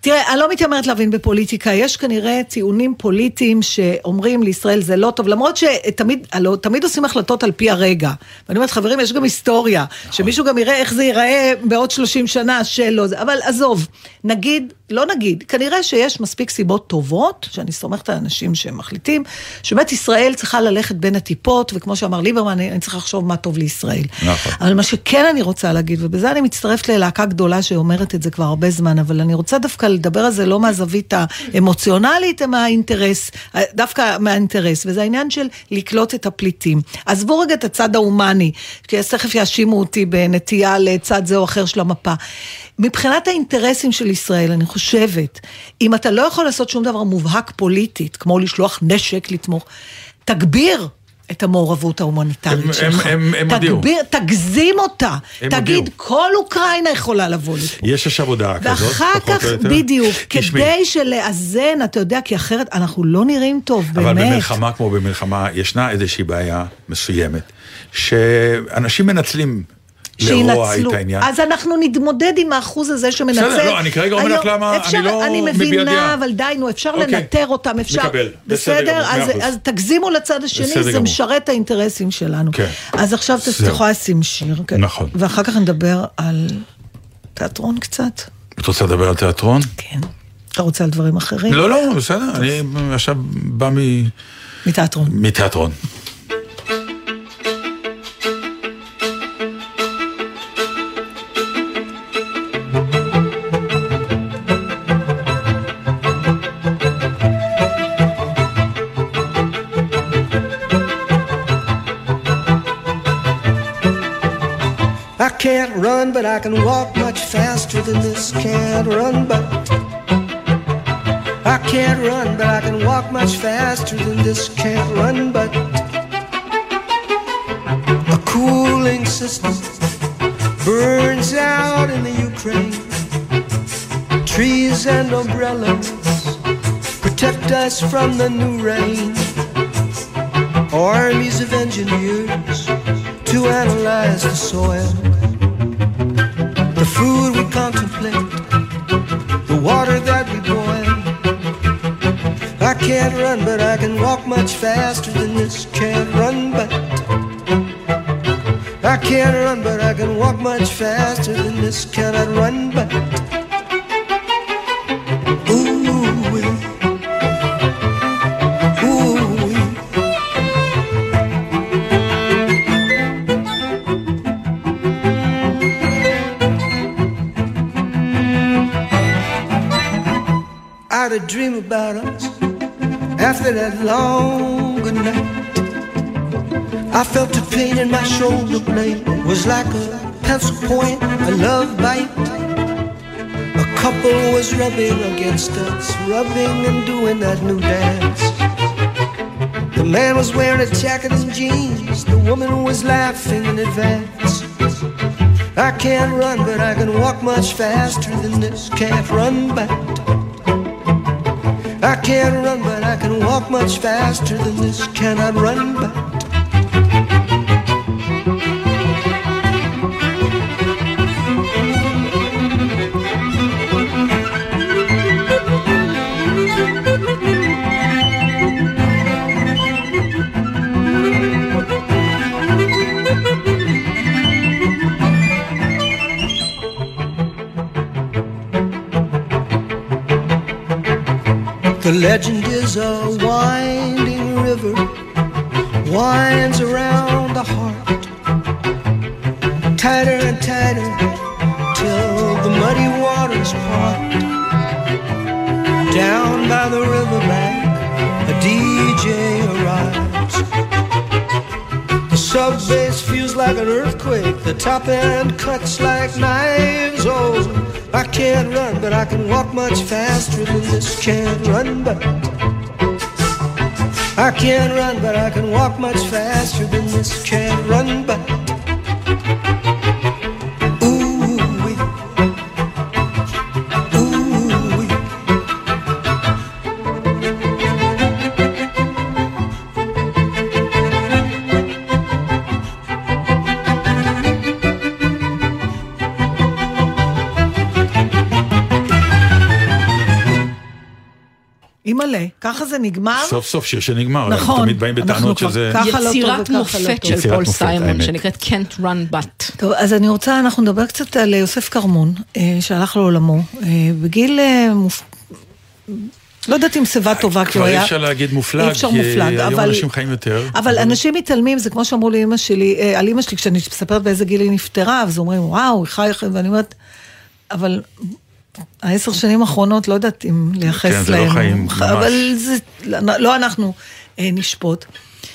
תראה, אני לא מתיימרת להבין בפוליטיקה, יש כנראה טיעונים פוליטיים שאומרים לישראל זה לא טוב, למרות שתמיד לא, תמיד עושים החלטות על פי הרגע. ואני אומרת, חברים, יש גם היסטוריה, שמישהו גם יראה איך זה ייראה בעוד שלושים שנה שלא זה, אבל עזוב, נגיד, לא נגיד, כנראה שיש מספיק סיבות טובות, שאני סומכת על אנשים שמחליטים, שבאמת ישראל צריכה ללכת בין הטיפות, וכמו שאמר ליברמן, אני, אני צריכה לחשוב מה טוב לישראל. נכון. אבל מה שכן אני רוצה להגיד, ובזה אני מצטרפת ללהקה גדולה שאומרת את זה כבר הרבה זמן, אבל אני רוצה דווקא לדבר על זה לא מהזווית האמוציונלית, אלא מהאינטרס, דווקא מהאינטרס, וזה העניין של לקלוט את הפליטים. עזבו רגע את הצד ההומני, כי תכף יאשימו אותי בנטייה לצד זה או אחר של המפה. מבחינת האינטרסים של ישראל, אני חושבת, אם אתה לא יכול לעשות שום דבר מובהק פוליטית, כמו לשלוח נשק, לתמוך, תגביר את המעורבות ההומניטרית הם, שלך. הם, הם, הם תגביר, תגזים אותה. תגיד, הודיעו. כל אוקראינה יכולה לבוא לפה. יש עכשיו הודעה כזאת, ואחר כך, בדיוק, כדי שלאזן, אתה יודע, כי אחרת אנחנו לא נראים טוב, אבל באמת. אבל במלחמה כמו במלחמה, ישנה איזושהי בעיה מסוימת, שאנשים מנצלים לרוע את העניין. אז אנחנו נתמודד עם האחוז הזה שמנצל. בסדר, לא, אני כרגע אומר לך למה, אני לא אני מבינה, אבל די, נו, אפשר לנטר אותם, אפשר. מקבל, בסדר, אז תגזימו לצד השני, זה משרת את האינטרסים שלנו. אז עכשיו תצטרכו לשים שיר. נכון. ואחר כך נדבר על תיאטרון קצת. את רוצה לדבר על תיאטרון? כן. אתה רוצה על דברים אחרים? לא, לא, בסדר, אני עכשיו בא מ... מתיאטרון. מתיאטרון. I can't run, but I can walk much faster than this. Can't run, but I can't run, but I can walk much faster than this. Can't run, but a cooling system burns out in the Ukraine. Trees and umbrellas protect us from the new rain. Armies of engineers to analyze the soil, the food we contemplate, the water that we boil. I can't run, but I can walk much faster than this. Can't run, but I can't run, but I can walk much faster than this. Cannot run, but a dream about us after that long good night. I felt the pain in my shoulder blade was like a pencil point, a love bite. A couple was rubbing against us, rubbing and doing that new dance. The man was wearing a jacket and jeans, the woman was laughing in advance. I can't run, but I can walk much faster than this. Can't run back. I can't run, but I can walk much faster than this. Cannot run back. The legend is a winding river winds around the heart, tighter and tighter till the muddy waters part. Down by the riverbank, a D J arrives. The sub-bass feels like an earthquake, the top end cuts like knives. Oh, I can't run, but I can walk much faster than this. Can't run, but I can't run, but I can walk much faster than this. Can't run, but ooh-wee, ooh-wee. מלא. ככה זה נגמר. סוף סוף שיר שנגמר. נכון. תמיד באים בטענות שזה... יצירת מופת של פול סיימון, שנקראת Can't Run But. טוב, אז אני רוצה, אנחנו נדבר קצת על יוסף קרמון, שהלך לעולמו. בגיל... לא יודעת אם סביבה טובה, כי הוא היה... כבר אי אפשר להגיד מופלג, כי היום אנשים חיים יותר. אבל אנשים מתעלמים, זה כמו שאמרו לי אמא שלי, על אמא שלי, כשאני מספרת באיזה גיל היא נפטרה, אז אומרים, וואו, היא חי, ואני אומרת, אבל העשר שנים האחרונות, לא יודעת אם לייחס להם. כן, זה לא חיים, ממש. אבל זה, לא אנחנו נשפוט.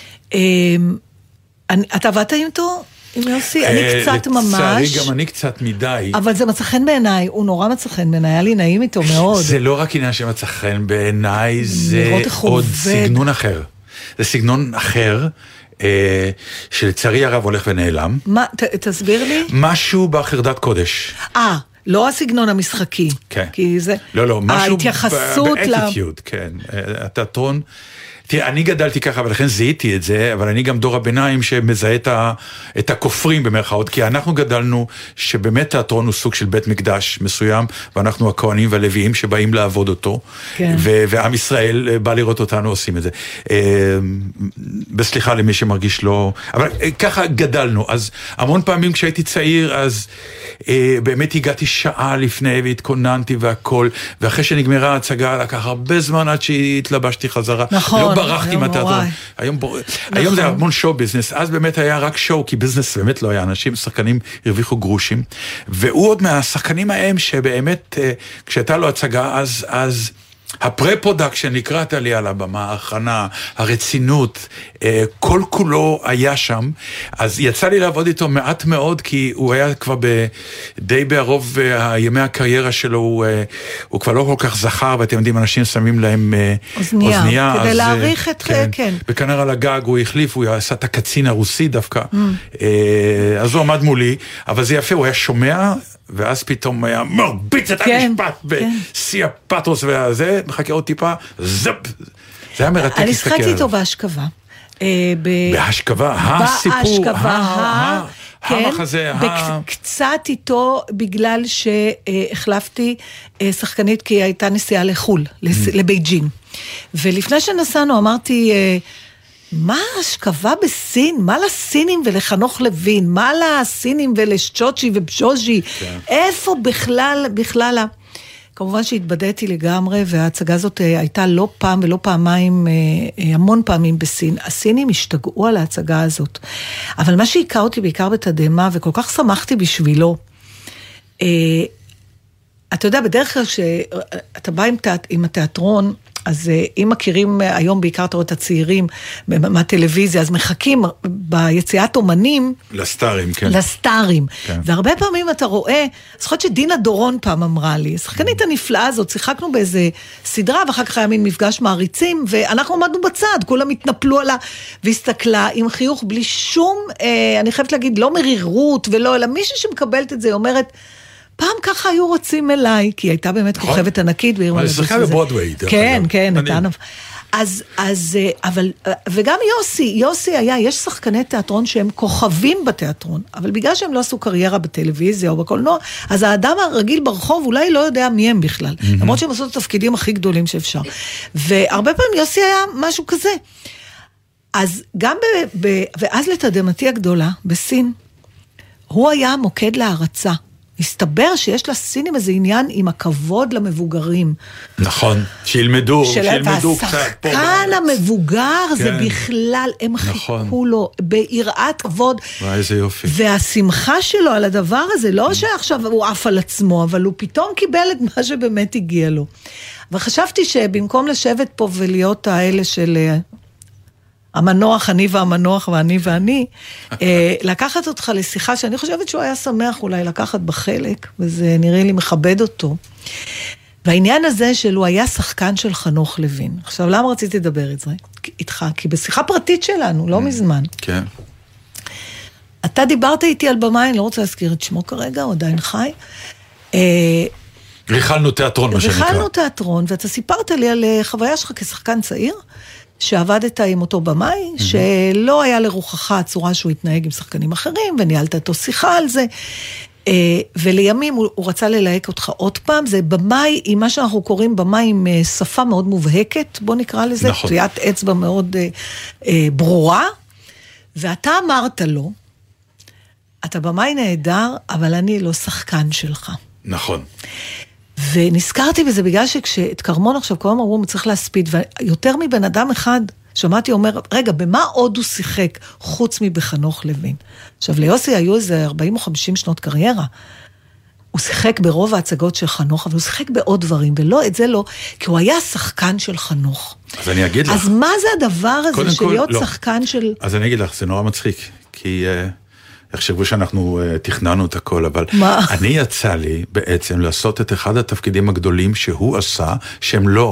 אתה עבדת עם אותו? עם יוסי, אני קצת ממש... לצערי גם אני קצת מדי. אבל זה מצא חן בעיניי, הוא נורא מצא חן בעיניי, היה לי נעים איתו מאוד. זה לא רק עניין שמצא חן בעיניי, זה עוד סגנון אחר. זה סגנון אחר, שלצערי הרב הולך ונעלם. מה, תסביר לי? משהו בחרדת קודש. אה, לא הסגנון המשחקי. כן. כי זה... לא, לא, משהו באטיטיוד, כן. התיאטרון... תראה, אני גדלתי ככה, ולכן זיהיתי את זה, אבל אני גם דור הביניים שמזהה את, ה, את הכופרים במרכאות, כי אנחנו גדלנו שבאמת תיאטרון הוא סוג של בית מקדש מסוים, ואנחנו הכהנים והלוויים שבאים לעבוד אותו, כן. ו, ועם ישראל בא לראות אותנו עושים את זה. בסליחה למי שמרגיש לא... אבל ככה גדלנו, אז המון פעמים כשהייתי צעיר, אז באמת הגעתי שעה לפני והתכוננתי והכל, ואחרי שנגמרה ההצגה, לקח הרבה זמן עד שהתלבשתי חזרה. נכון. לא ברחתי מהתיאטרון. היום, בור... נכון. היום זה המון שואו ביזנס, אז באמת היה רק שואו, כי ביזנס באמת לא היה, אנשים, שחקנים הרוויחו גרושים, והוא עוד מהשחקנים ההם שבאמת, כשהייתה לו הצגה, אז, אז הפרה-פרודקשן, נקראת לי על הבמה, ההכנה, הרצינות, כל כולו היה שם, אז יצא לי לעבוד איתו מעט מאוד, כי הוא היה כבר ב, די בערוב ימי הקריירה שלו, הוא, הוא כבר לא כל כך זכר, ואתם יודעים, אנשים שמים להם אוזניה, אוזניה כדי אז, להעריך את, כן, כן. וכנראה על הגג הוא החליף, הוא עשה את הקצין הרוסי דווקא, mm. אז הוא עמד מולי, אבל זה יפה, הוא היה שומע, ואז פתאום היה מרביץ את המשפט בשיא הפאטוס והזה, מחכה עוד טיפה, זפ, זה היה מרתק. אני שחקתי איתו בהשכבה. בהשכבה, הסיפור, המחזה, קצת איתו בגלל שהחלפתי שחקנית, כי הייתה נסיעה לחול, לבייג'ין. ולפני שנסענו אמרתי... מה ההשכבה בסין? מה לסינים ולחנוך לוין? מה לסינים ולשצ'וצ'י ובז'וז'י? כן. איפה בכלל, בכלל? כמובן שהתבדתי לגמרי, וההצגה הזאת הייתה לא פעם ולא פעמיים, המון פעמים בסין. הסינים השתגעו על ההצגה הזאת. אבל מה שהיכה אותי בעיקר בתדהמה, וכל כך שמחתי בשבילו, אתה יודע, בדרך כלל שאתה בא עם, תיאט, עם התיאטרון, אז אם מכירים היום בעיקר אתה רואה את הצעירים מהטלוויזיה, אז מחכים ביציאת אומנים... לסטארים, כן. לסטארים. כן. והרבה פעמים אתה רואה, אז חושבת שדינה דורון פעם אמרה לי, השחקנית הנפלאה הזאת, שיחקנו באיזה סדרה, ואחר כך היה מין מפגש מעריצים, ואנחנו עמדנו בצד, כולם התנפלו עלה, והסתכלה עם חיוך בלי שום, אה, אני חייבת להגיד, לא מרירות ולא, אלא מישהו שמקבלת את זה, אומרת... פעם ככה היו רוצים אליי, כי היא הייתה באמת כוכבת ענקית. אבל היא שחקה בברודווי. כן, כן, אז, אז, אבל, וגם יוסי, יוסי היה, יש שחקני תיאטרון שהם כוכבים בתיאטרון, אבל בגלל שהם לא עשו קריירה בטלוויזיה או בקולנוע, אז האדם הרגיל ברחוב אולי לא יודע מי הם בכלל, למרות שהם עשו את התפקידים הכי גדולים שאפשר. והרבה פעמים יוסי היה משהו כזה. אז גם ב, ב, ואז לתדהמתי הגדולה, בסין, הוא היה מוקד להרצה. הסתבר שיש לסינים איזה עניין עם הכבוד למבוגרים. נכון, שילמדו, שילמדו קצת. והשחקן המבוגר זה בכלל, הם חיכו לו ביראת כבוד. איזה יופי. והשמחה שלו על הדבר הזה, לא שעכשיו הוא עף על עצמו, אבל הוא פתאום קיבל את מה שבאמת הגיע לו. וחשבתי שבמקום לשבת פה ולהיות האלה של... המנוח, אני והמנוח ואני ואני, לקחת אותך לשיחה שאני חושבת שהוא היה שמח אולי לקחת בחלק, וזה נראה לי מכבד אותו. והעניין הזה שלו היה שחקן של חנוך לוין. עכשיו, למה רציתי לדבר את זה? איתך, כי בשיחה פרטית שלנו, לא מזמן. כן. אתה דיברת איתי על במה, אני לא רוצה להזכיר את שמו כרגע, הוא עדיין חי. ריכלנו תיאטרון, מה שנקרא. ריכלנו תיאטרון, ואתה סיפרת לי על חוויה שלך כשחקן צעיר, שעבדת עם אותו במאי, mm-hmm. שלא היה לרוחך הצורה שהוא התנהג עם שחקנים אחרים, וניהלת אותו שיחה על זה. ולימים הוא, הוא רצה ללהק אותך עוד פעם, זה במאי, עם מה שאנחנו קוראים במאי עם שפה מאוד מובהקת, בוא נקרא לזה, נכון. טביעת אצבע מאוד אה, אה, ברורה, ואתה אמרת לו, אתה במאי נהדר, אבל אני לא שחקן שלך. נכון. ונזכרתי בזה בגלל שכשאת קרמון עכשיו, כל אמרו, הוא צריך להספיד, ויותר מבן אדם אחד, שמעתי אומר, רגע, במה עוד הוא שיחק חוץ מבחנוך לוין? עכשיו, ליוסי היו איזה ארבעים או חמישים שנות קריירה. הוא שיחק ברוב ההצגות של חנוך, אבל הוא שיחק בעוד דברים, ולא, את זה לא, כי הוא היה שחקן של חנוך. אז אני אגיד לך. אז מה זה הדבר הזה של להיות לא. שחקן של... אז אני אגיד לך, זה נורא מצחיק, כי... יחשבו שאנחנו uh, תכננו את הכל, אבל מה? אני יצא לי בעצם לעשות את אחד התפקידים הגדולים שהוא עשה, שהם לא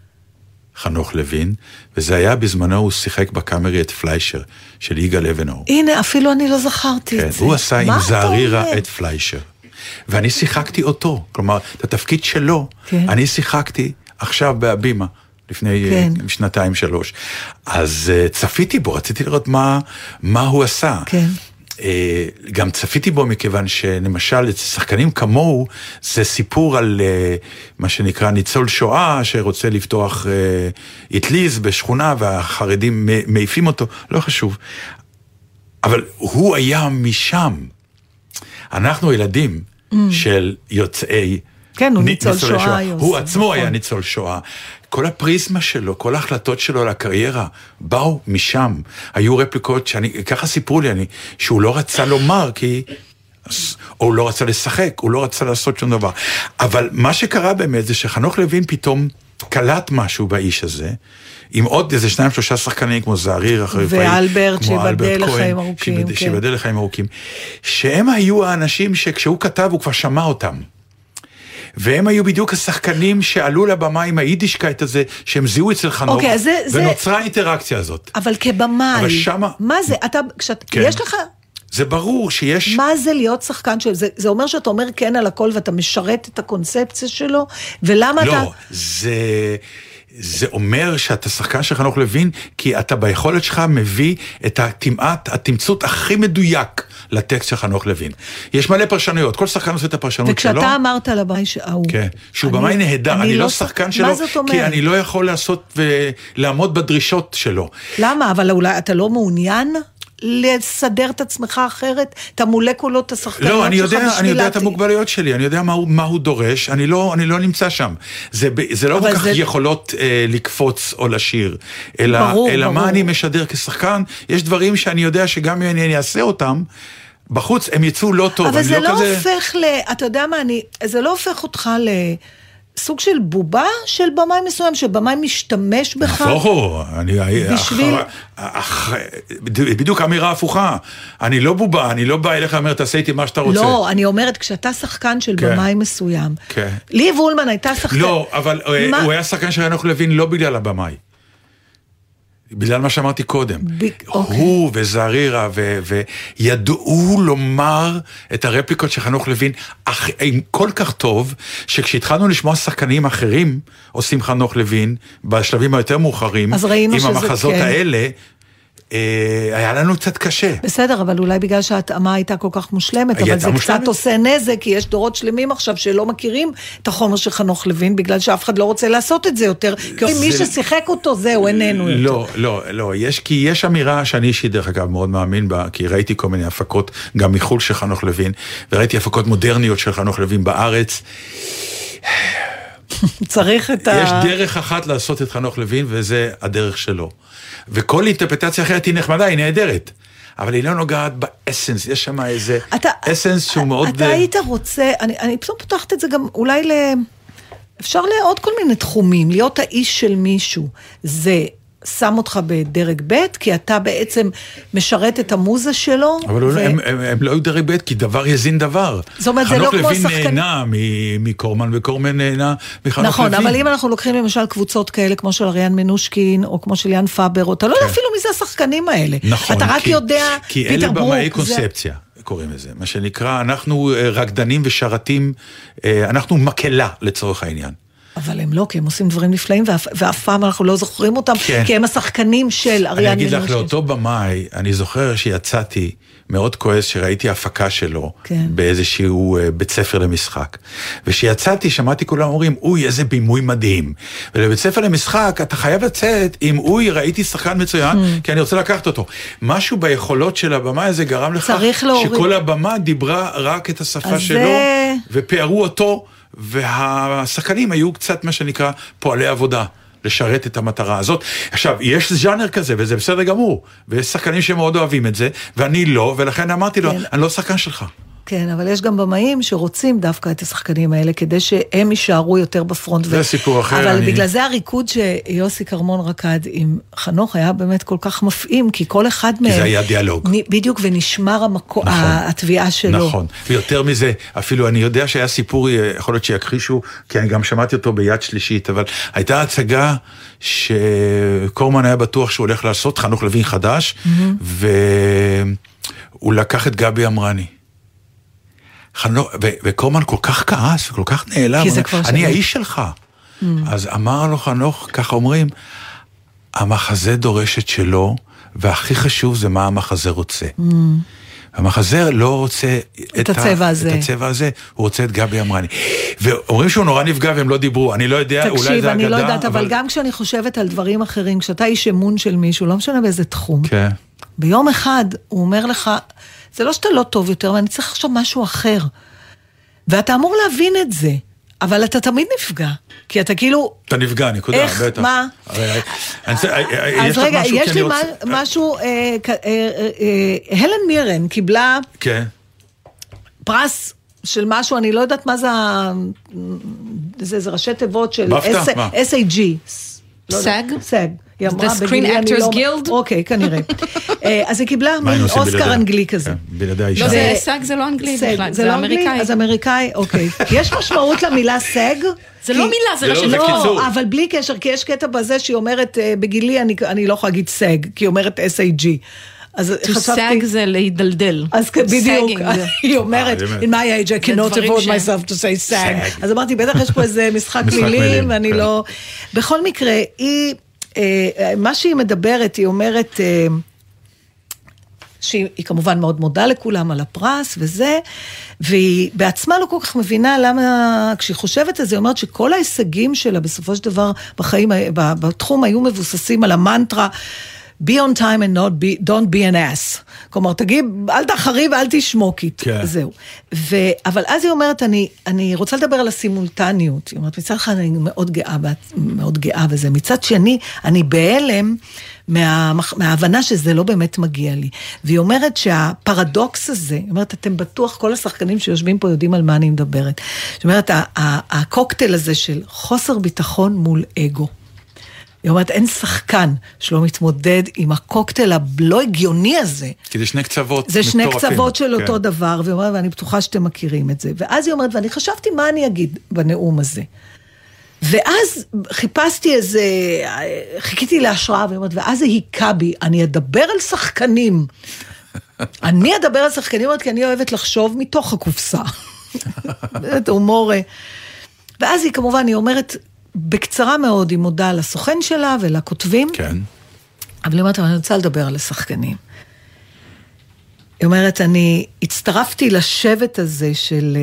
חנוך לוין, וזה היה בזמנו, הוא שיחק בקאמרי את פליישר, של יגאל אבנאו. הנה, אפילו אני לא זכרתי כן, את זה. הוא עשה עם זערירה אומר? את פליישר. ואני שיחקתי אותו, כלומר, את התפקיד שלו, כן. אני שיחקתי עכשיו בהבימה. לפני כן. שנתיים, שלוש. אז uh, צפיתי בו, רציתי לראות מה, מה הוא עשה. כן. גם צפיתי בו מכיוון שלמשל שחקנים כמוהו זה סיפור על מה שנקרא ניצול שואה שרוצה לפתוח אטליז בשכונה והחרדים מעיפים אותו, לא חשוב, אבל הוא היה משם. אנחנו ילדים mm. של יוצאי כן, הוא ניצול, ניצול שואה, שואה. הוא עצמו נכון. היה ניצול שואה. כל הפריזמה שלו, כל ההחלטות שלו לקריירה, באו משם. היו רפליקות שאני, ככה סיפרו לי, אני, שהוא לא רצה לומר, כי, או הוא לא רצה לשחק, הוא לא רצה לעשות שום דבר. אבל מה שקרה באמת זה שחנוך לוין פתאום קלט משהו באיש הזה, עם עוד איזה שניים שלושה שחקנים כמו זעריר, ואלברט שיבדל לחיים ארוכים, שיבדל לחיים ארוכים, שהם היו האנשים שכשהוא כתב הוא כבר שמע אותם. והם היו בדיוק השחקנים שעלו לבמה עם היידישקייט הזה, שהם זיהו אצל חנוך, okay, זה, ונוצרה זה... האינטראקציה הזאת. אבל כבמאי, אבל שמה... מה זה? אתה, כשאת, כן. יש לך... זה ברור שיש... מה זה להיות שחקן שלו? זה, זה אומר שאתה אומר כן על הכל, ואתה משרת את הקונספציה שלו, ולמה לא, אתה... לא, זה... זה אומר שאתה שחקן של חנוך לוין, כי אתה ביכולת שלך מביא את התמעת, התמצות הכי מדויק לטקסט של חנוך לוין. יש מלא פרשנויות, כל שחקן עושה את הפרשנות וכשאתה שלו. וכשאתה אמרת על הבאי שהוא... כן, שהוא במאי נהדר, אני, אני לא שחקן שלו, כי אני לא יכול לעשות ולעמוד בדרישות שלו. למה? אבל אולי אתה לא מעוניין לסדר את עצמך אחרת, את המולקולות השחקניות לא, אני יודע, שלך אני יודע את המוגבלויות שלי, אני יודע מה הוא, מה הוא דורש, אני לא, אני לא נמצא שם. זה, זה לא כל כך זה... יכולות אה, לקפוץ או לשיר, אלא, ברור, אלא ברור. מה אני משדר כשחקן, יש דברים שאני יודע שגם אם אני אעשה אותם, בחוץ הם יצאו לא טוב. אבל זה לא, לא כזה... הופך ל... אתה יודע מה, אני, זה לא הופך אותך ל... סוג של בובה של במאי מסוים, שבמאי משתמש בך. נפוחו, אני... בשביל... אח, אח, בדיוק אמירה הפוכה. אני לא בובה, אני לא בא אליך ואומר, תעשה איתי מה שאתה רוצה. לא, אני אומרת, כשאתה שחקן של כן. במאי מסוים, כן. לי וולמן הייתה שחקן... לא, אבל מה... הוא היה שחקן של חנוך לוין לא בגלל הבמאי. בגלל מה שאמרתי קודם. ב... הוא okay. וזערירה, ו... וידעו לומר את הרפליקות של חנוך לוין אח... כל כך טוב, שכשהתחלנו לשמוע שחקנים אחרים, עושים חנוך לוין, בשלבים היותר מאוחרים, עם המחזות כן. האלה, היה לנו קצת קשה. בסדר, אבל אולי בגלל שההתאמה הייתה כל כך מושלמת, אבל זה קצת עושה נזק, כי יש דורות שלמים עכשיו שלא מכירים את החומר של חנוך לוין, בגלל שאף אחד לא רוצה לעשות את זה יותר, כי מי ששיחק אותו זהו, איננו יותר. לא, לא, לא, כי יש אמירה שאני אישית דרך אגב מאוד מאמין בה, כי ראיתי כל מיני הפקות, גם מחול של חנוך לוין, וראיתי הפקות מודרניות של חנוך לוין בארץ. צריך את ה... יש דרך אחת לעשות את חנוך לוין, וזה הדרך שלו. וכל אינטרפטציה אחרת היא נחמדה, היא נהדרת. אבל היא לא נוגעת באסנס, יש שם איזה אתה, אסנס שהוא מאוד... אתה היית רוצה, אני, אני פתאום פותחת את זה גם אולי ל... אפשר לעוד כל מיני תחומים, להיות האיש של מישהו. זה שם אותך בדרג ב', כי אתה בעצם משרת את המוזה שלו. אבל ו... הם, הם, הם לא היו דרג ב', כי דבר יזין דבר. זאת אומרת, זה לא כמו שחקן... חנוך לוין נהנה מקורמן, וקורמן נהנה מחנוך נכון, לוין. אבל אם אנחנו לוקחים למשל קבוצות כאלה, כמו של אריאן מנושקין, או כמו של יאן פאבר, אתה לא יודע אפילו מי זה השחקנים האלה. נכון. אתה רק כי, יודע... כי אלה במאי קונספציה. קוראים לזה, מה שנקרא, אנחנו רקדנים ושרתים, אנחנו מקלה לצורך העניין. אבל הם לא, כי הם עושים דברים נפלאים, ואף, ואף פעם אנחנו לא זוכרים אותם, כן. כי הם השחקנים של אריאן. אני אגיד לך, לאותו במאי, אני זוכר שיצאתי מאוד כועס שראיתי הפקה שלו, כן. באיזשהו בית ספר למשחק. ושיצאתי, שמעתי כולם אומרים, אוי, איזה בימוי מדהים. ולבית ספר למשחק, אתה חייב לצאת, אם אוי, ראיתי שחקן מצוין, mm. כי אני רוצה לקחת אותו. משהו ביכולות של הבמה הזה גרם לך, שכל הבמה דיברה רק את השפה שלו, זה... ופערו אותו, והשחקנים היו קצת מה שנקרא פועלי עבודה, לשרת את המטרה הזאת. עכשיו, יש ז'אנר כזה, וזה בסדר גמור, ויש שחקנים שמאוד אוהבים את זה, ואני לא, ולכן אמרתי לו, אני לא שחקן שלך. כן, אבל יש גם במאים שרוצים דווקא את השחקנים האלה, כדי שהם יישארו יותר בפרונט. זה ו... סיפור אחר. אבל אני... בגלל זה הריקוד שיוסי קרמון רקד עם חנוך היה באמת כל כך מפעים, כי כל אחד מהם... כי זה היה דיאלוג. נ... בדיוק, ונשמר המקו... נכון, התביעה שלו. נכון, ויותר מזה, אפילו אני יודע שהיה סיפור, יכול להיות שיכחישו, כי אני גם שמעתי אותו ביד שלישית, אבל הייתה הצגה שקורמן היה בטוח שהוא הולך לעשות, חנוך לוין חדש, mm-hmm. והוא לקח את גבי אמרני. וקורמן כל כך כעס וכל כך נעלם, אני האיש שלך. אז אמר לו חנוך, ככה אומרים, המחזה דורשת שלו, והכי חשוב זה מה המחזה רוצה. המחזה לא רוצה את הצבע הזה, הוא רוצה את גבי אמרני. ואומרים שהוא נורא נפגע והם לא דיברו, אני לא יודע, אולי זה אגדה. תקשיב, אני לא יודעת, אבל גם כשאני חושבת על דברים אחרים, כשאתה איש אמון של מישהו, לא משנה באיזה תחום, ביום אחד הוא אומר לך, זה לא שאתה לא טוב יותר, ואני צריך עכשיו משהו אחר. ואתה אמור להבין את זה, אבל אתה תמיד נפגע, כי אתה כאילו... אתה נפגע, נקודה, איך, בטח. מה? אז רגע, יש לי משהו, הלן מירן קיבלה פרס של משהו, אני לא יודעת מה זה, זה ראשי תיבות של אס איי ג'י. סאג? סאג. The Screen Actors Guild? אוקיי, כנראה. אז היא קיבלה אוסקר אנגלי כזה. לא, זה סאג, זה לא אנגלי בכלל, זה אמריקאי. אז אמריקאי, אוקיי. יש משמעות למילה סאג? זה לא מילה, זה ראשי תיבות. לא, אבל בלי קשר, כי יש קטע בזה שהיא אומרת, בגילי אני לא יכולה להגיד סאג, כי היא אומרת אס איי ג'י. to sag זה להידלדל. אז בדיוק, היא אומרת, in my age I cannot afford myself to say sag. אז אמרתי, בטח יש פה איזה משחק מילים, ואני לא... בכל מקרה, היא... מה שהיא מדברת, היא אומרת שהיא כמובן מאוד מודה לכולם על הפרס וזה, והיא בעצמה לא כל כך מבינה למה, כשהיא חושבת על זה, היא אומרת שכל ההישגים שלה בסופו של דבר בחיים, בתחום היו מבוססים על המנטרה, be on time and not be, don't be an ass. כלומר, תגיד, אל תחרי ואל תשמוקית. כן. זהו. ו, אבל אז היא אומרת, אני, אני רוצה לדבר על הסימולטניות. היא אומרת, מצד אחד אני מאוד גאה, מאוד גאה וזה. מצד שני, אני בהלם מה, מההבנה שזה לא באמת מגיע לי. והיא אומרת שהפרדוקס הזה, היא אומרת, אתם בטוח, כל השחקנים שיושבים פה יודעים על מה אני מדברת. זאת אומרת, הקוקטייל הזה של חוסר ביטחון מול אגו. היא אומרת, אין שחקן שלא מתמודד עם הקוקטייל הלא הגיוני הזה. כי זה שני קצוות. זה שני קצוות של אותו דבר, והיא אומרת, ואני בטוחה שאתם מכירים את זה. ואז היא אומרת, ואני חשבתי מה אני אגיד בנאום הזה. ואז חיפשתי איזה, חיכיתי להשראה, והיא אומרת, ואז זה היכה בי, אני אדבר על שחקנים. אני אדבר על שחקנים, כי אני אוהבת לחשוב מתוך הקופסה. זה הומור. ואז היא כמובן, היא אומרת, בקצרה מאוד היא מודה לסוכן שלה ולכותבים. כן. אבל היא אומרת, אני רוצה לדבר על השחקנים. היא אומרת, אני הצטרפתי לשבט הזה של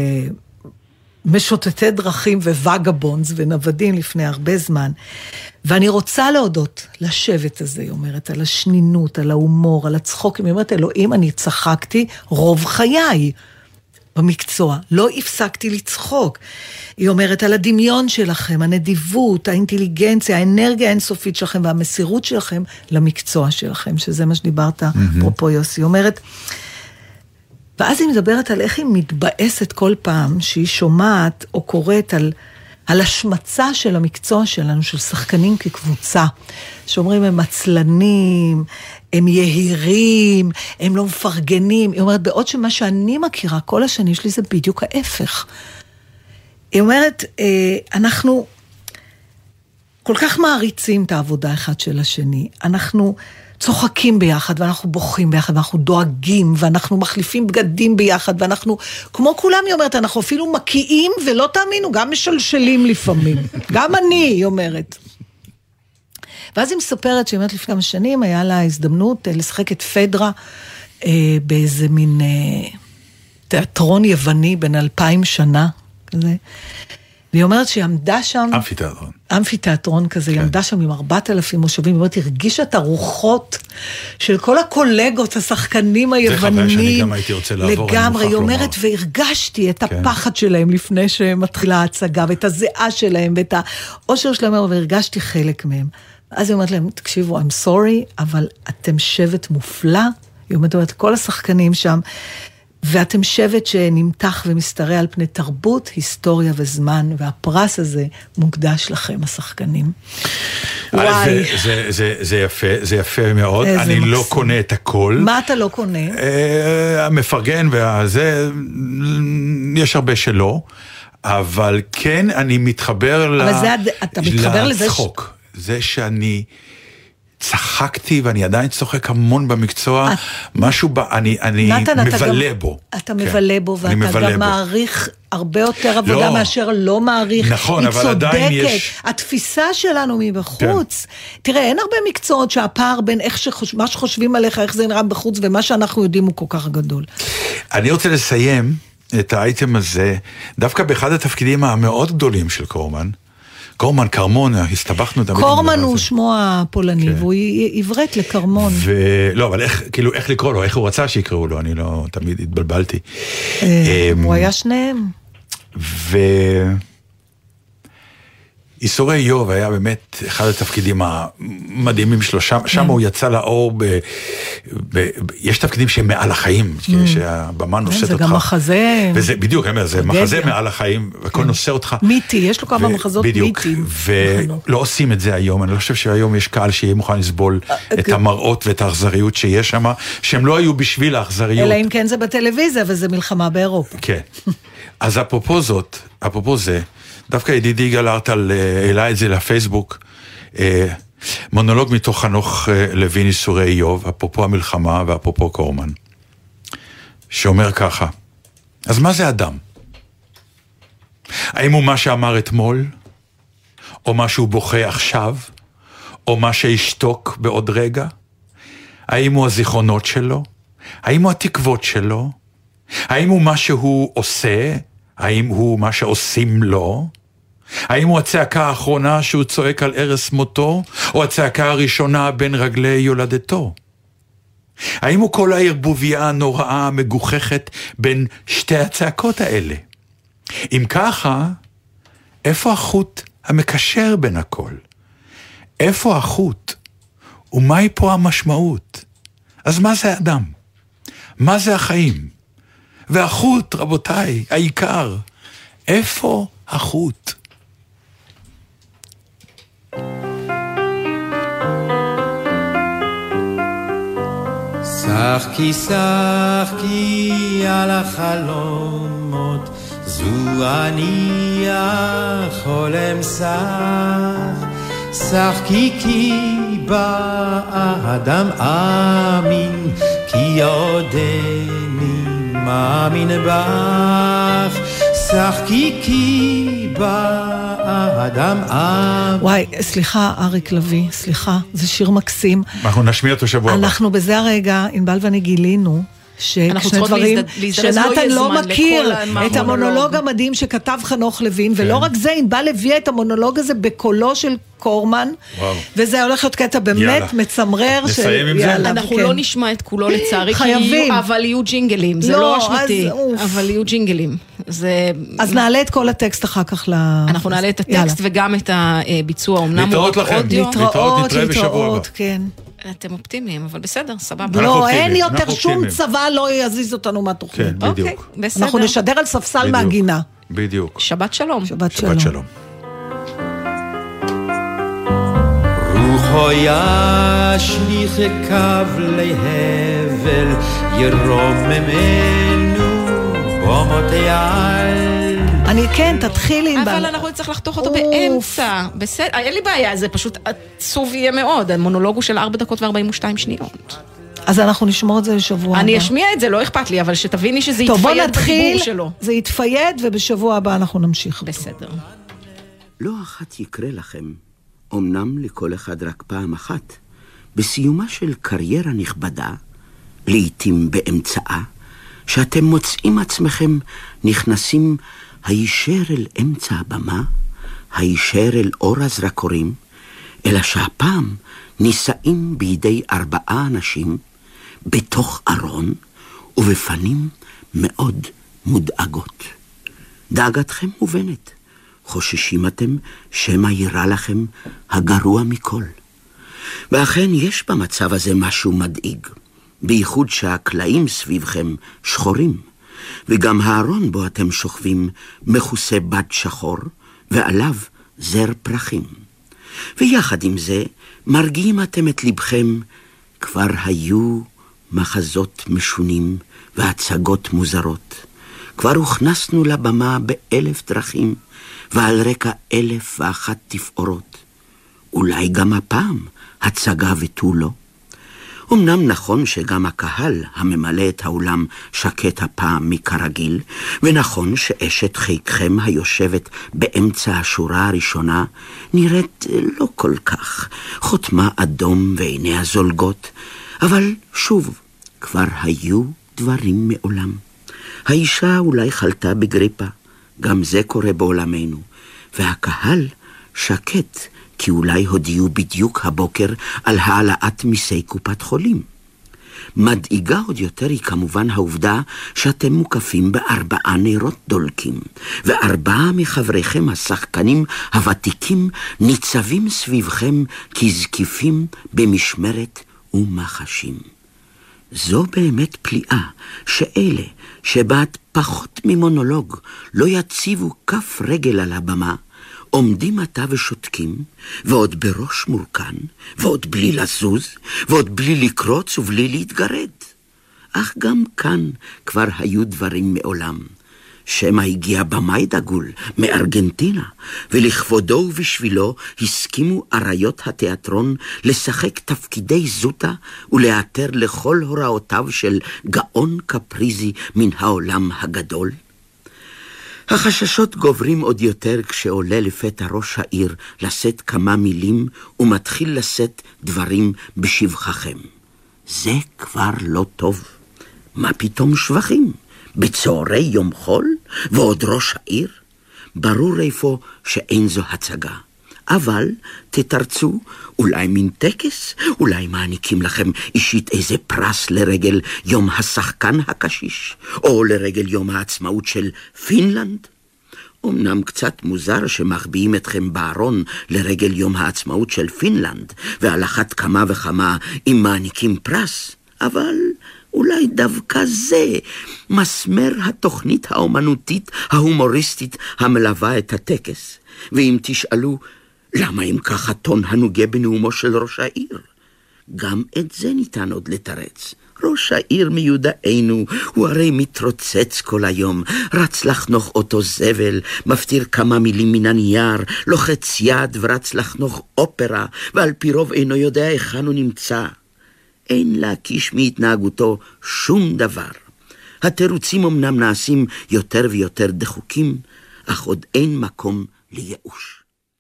משוטטי דרכים ווגבונס ונוודים לפני הרבה זמן, ואני רוצה להודות לשבט הזה, היא אומרת, על השנינות, על ההומור, על הצחוק. היא אומרת, אלוהים, אני צחקתי רוב חיי במקצוע, לא הפסקתי לצחוק. היא אומרת על הדמיון שלכם, הנדיבות, האינטליגנציה, האנרגיה האינסופית שלכם והמסירות שלכם למקצוע שלכם, שזה מה שדיברת, mm-hmm. פרופו יוסי. היא אומרת, ואז היא מדברת על איך היא מתבאסת כל פעם שהיא שומעת או קוראת על, על השמצה של המקצוע שלנו, של שחקנים כקבוצה, שאומרים הם מצלנים, הם יהירים, הם לא מפרגנים. היא אומרת, בעוד שמה שאני מכירה כל השנים שלי זה בדיוק ההפך. היא אומרת, אנחנו כל כך מעריצים את העבודה אחד של השני. אנחנו צוחקים ביחד, ואנחנו בוכים ביחד, ואנחנו דואגים, ואנחנו מחליפים בגדים ביחד, ואנחנו, כמו כולם היא אומרת, אנחנו אפילו מקיאים, ולא תאמינו, גם משלשלים לפעמים. גם אני, היא אומרת. ואז היא מספרת שהיא אומרת לפני כמה שנים, היה לה הזדמנות לשחק את פדרה, אה, באיזה מין אה, תיאטרון יווני, בין אלפיים שנה, כזה. והיא אומרת שהיא עמדה שם... אמפיתיאטרון. אמפיתיאטרון כזה, היא עמדה שם עם ארבעת אלפים מושבים, היא הרגישה את הרוחות של כל הקולגות, השחקנים היוונים. זה חוויה שאני גם הייתי רוצה לעבור. לגמרי, היא אומרת, והרגשתי את הפחד שלהם לפני שמתחילה ההצגה, ואת הזיעה שלהם, ואת האושר שלהם, והרגשתי חלק מהם. אז היא אומרת להם, תקשיבו, I'm sorry, אבל אתם שבט מופלא. היא אומרת, כל השחקנים שם, ואתם שבט שנמתח ומסתרע על פני תרבות, היסטוריה וזמן, והפרס הזה מוקדש לכם, השחקנים. וואי. זה, זה, זה, זה יפה, זה יפה מאוד. אני מקסים. לא קונה את הכל. מה אתה לא קונה? המפרגן והזה, יש הרבה שלא, אבל כן, אני מתחבר אבל זה, אתה מתחבר לזה לצחוק. זה שאני... צחקתי, ואני עדיין צוחק המון במקצוע, משהו ב... אני, אני מבלה בו. אתה מבלה בו, ואתה גם מעריך הרבה יותר עבודה מאשר לא מעריך. נכון, אבל עדיין יש... התפיסה שלנו מבחוץ, תראה, אין הרבה מקצועות שהפער בין מה שחושבים עליך, איך זה נראה בחוץ, ומה שאנחנו יודעים הוא כל כך גדול. אני רוצה לסיים את האייטם הזה, דווקא באחד התפקידים המאוד גדולים של קורמן, קורמן, קרמון, הסתבכנו תמיד. קורמן הוא שמו הפולני, והוא עברת לקרמון. לא, אבל כאילו, איך לקרוא לו, איך הוא רצה שיקראו לו, אני לא, תמיד התבלבלתי. הוא היה שניהם. ו... איסורי איוב היה באמת אחד התפקידים המדהימים שלו, שם, שם הוא יצא לאור, ב, ב, ב, יש תפקידים שהם מעל החיים, שהבמה נושאת אותך. זה גם מחזה. וזה בדיוק, זה מחזה מעל החיים, וכל נושא אותך. מיתי, יש לו כמה מחזות מיתיים. ולא עושים את זה היום, אני לא חושב שהיום יש קהל שיהיה מוכן לסבול את המראות ואת האכזריות שיש שם, שהם לא היו בשביל האכזריות. אלא אם כן זה בטלוויזיה, וזה מלחמה באירופה. כן. אז אפרופו זאת, אפרופו זה, דווקא ידידי יגאל ארטל העלה את זה לפייסבוק, מונולוג מתוך חנוך לוין איסורי איוב, אפרופו המלחמה ואפרופו קורמן, שאומר ככה, אז מה זה אדם? האם הוא מה שאמר אתמול, או מה שהוא בוכה עכשיו, או מה שישתוק בעוד רגע? האם הוא הזיכרונות שלו? האם הוא התקוות שלו? האם הוא מה שהוא עושה? האם הוא מה שעושים לו? האם הוא הצעקה האחרונה שהוא צועק על ערש מותו, או הצעקה הראשונה בין רגלי יולדתו? האם הוא כל הערבוביה הנוראה המגוחכת בין שתי הצעקות האלה? אם ככה, איפה החוט המקשר בין הכל? איפה החוט? ומהי פה המשמעות? אז מה זה אדם? מה זה החיים? והחוט, רבותיי, העיקר, איפה החוט? שחקי שחקי על החלומות, זו אני החולם שח, שחקי כי באדם אמין, כי עודני מאמין בך, שחקי כי באדם אמין. וואי, סליחה אריק לוי, סליחה, זה שיר מקסים. אנחנו נשמיע אותו שבוע הבא. אנחנו בזה הרגע, ענבל ואני גילינו, ששני דברים, שנתן לא מכיר את המונולוג המדהים שכתב חנוך לוין, ולא רק זה, ענבל הביאה את המונולוג הזה בקולו של קורמן, וזה הולך להיות קטע באמת מצמרר. נסיים עם זה? אנחנו לא נשמע את כולו לצערי, אבל יהיו ג'ינגלים, זה לא אשמתי, אבל יהיו ג'ינגלים. אז נעלה את כל הטקסט אחר כך. אנחנו נעלה את הטקסט וגם את הביצוע, אומנם להתראות לכם, להתראות, נתראה בשבוע הבא. כן. אתם אופטימיים, אבל בסדר, סבבה. לא, אין יותר שום צבא לא יזיז אותנו מהתוכנית. כן, בדיוק. אנחנו נשדר על ספסל מהגינה. בדיוק. שבת שלום. שבת שלום. רוחו ישליך קו להבל, ירוממנו במות העל. אני, כן, תתחילי. אבל אנחנו נצטרך לחתוך אותו באמצע. בסדר, אין לי בעיה, זה פשוט עצוב יהיה מאוד. המונולוג הוא של ארבע דקות וארבעים ושתיים שניות. אז אנחנו נשמור את זה לשבוע הבא. אני אשמיע את זה, לא אכפת לי, אבל שתביני שזה יתפייד בדיבור שלו. זה יתפייד, ובשבוע הבא אנחנו נמשיך. בסדר. לא אחת יקרה לכם, אמנם לכל אחד רק פעם אחת, בסיומה של קריירה נכבדה, לעתים באמצעה, שאתם מוצאים עצמכם נכנסים הישר אל אמצע הבמה, הישר אל אור הזרקורים, אלא שהפעם נישאים בידי ארבעה אנשים בתוך ארון ובפנים מאוד מודאגות. דאגתכם מובנת, חוששים אתם שמא יירא לכם הגרוע מכל. ואכן יש במצב הזה משהו מדאיג, בייחוד שהקלעים סביבכם שחורים, וגם הארון בו אתם שוכבים מכוסה בד שחור, ועליו זר פרחים. ויחד עם זה מרגיעים אתם את לבכם, כבר היו מחזות משונים והצגות מוזרות. כבר הוכנסנו לבמה באלף דרכים, ועל רקע אלף ואחת תפאורות. אולי גם הפעם הצגה ותו לא. אמנם נכון שגם הקהל הממלא את האולם שקט הפעם מכרגיל, ונכון שאשת חיקכם היושבת באמצע השורה הראשונה נראית לא כל כך, חותמה אדום ועיניה זולגות, אבל שוב, כבר היו דברים מעולם. האישה אולי חלתה בגריפה, גם זה קורה בעולמנו, והקהל שקט, כי אולי הודיעו בדיוק הבוקר על העלאת מיסי קופת חולים. מדאיגה עוד יותר היא כמובן העובדה שאתם מוקפים בארבעה נרות דולקים, וארבעה מחבריכם השחקנים הוותיקים ניצבים סביבכם כזקיפים במשמרת ומחשים. זו באמת פליאה שאלה שבעד פחות ממונולוג לא יציבו כף רגל על הבמה, עומדים עתה ושותקים, ועוד בראש מורכן, ועוד בלי לזוז, ועוד בלי לקרוץ ובלי להתגרד. אך גם כאן כבר היו דברים מעולם. שמא הגיע במאי דגול מארגנטינה, ולכבודו ובשבילו הסכימו אריות התיאטרון לשחק תפקידי זוטה ולאתר לכל הוראותיו של גאון קפריזי מן העולם הגדול. החששות גוברים עוד יותר כשעולה לפתע ראש העיר לשאת כמה מילים ומתחיל לשאת דברים בשבחכם. זה כבר לא טוב. מה פתאום שבחים? בצהרי יום חול ועוד ראש העיר? ברור איפה שאין זו הצגה. אבל תתרצו, אולי מן טקס, אולי מעניקים לכם אישית איזה פרס לרגל יום השחקן הקשיש, או לרגל יום העצמאות של פינלנד. אמנם קצת מוזר שמחביאים אתכם בארון לרגל יום העצמאות של פינלנד, ועל אחת כמה וכמה אם מעניקים פרס, אבל אולי דווקא זה מסמר התוכנית האומנותית ההומוריסטית המלווה את הטקס. ואם תשאלו, למה אם ככה טון הנוגה בנאומו של ראש העיר? גם את זה ניתן עוד לתרץ. ראש העיר מיודענו, הוא הרי מתרוצץ כל היום, רץ לחנוך אותו זבל, מפתיר כמה מילים מן הנייר, לוחץ יד ורץ לחנוך אופרה, ועל פי רוב אינו יודע היכן הוא נמצא. אין להקיש מהתנהגותו שום דבר. התירוצים אמנם נעשים יותר ויותר דחוקים, אך עוד אין מקום לייאוש.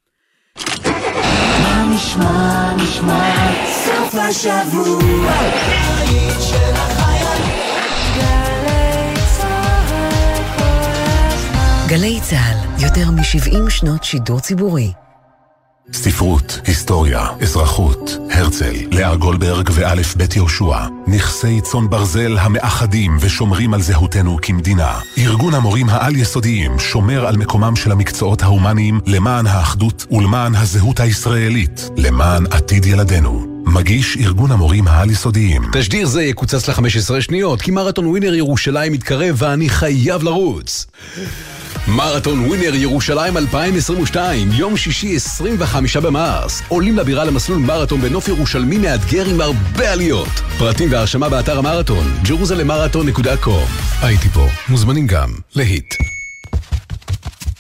מה נשמע, נשמע, סוף השבוע, היית של החייל. גלי צהל כל הזמן. גלי צהל, יותר מ-שבעים שנות שידור ציבורי. ספרות, היסטוריה, אזרחות, הרצל, לאה גולדברג ואלף בית יהושע. נכסי צאן ברזל המאחדים ושומרים על זהותנו כמדינה. ארגון המורים העל-יסודיים שומר על מקומם של המקצועות ההומניים למען האחדות ולמען הזהות הישראלית, למען עתיד ילדינו. מגיש ארגון המורים העל-יסודיים. תשדיר זה יקוצץ ל-חמש עשרה שניות, כי מרתון ווינר ירושלים מתקרב ואני חייב לרוץ. מרתון ווינר ירושלים אלפיים עשרים ושתיים, יום שישי עשרים וחמישה במרס. עולים לבירה למסלול מרתון בנוף ירושלמי מאתגר עם הרבה עליות. פרטים והרשמה באתר המרתון, ג'רוזלם מרתון נקודה קום. הייתי פה, מוזמנים גם להיט.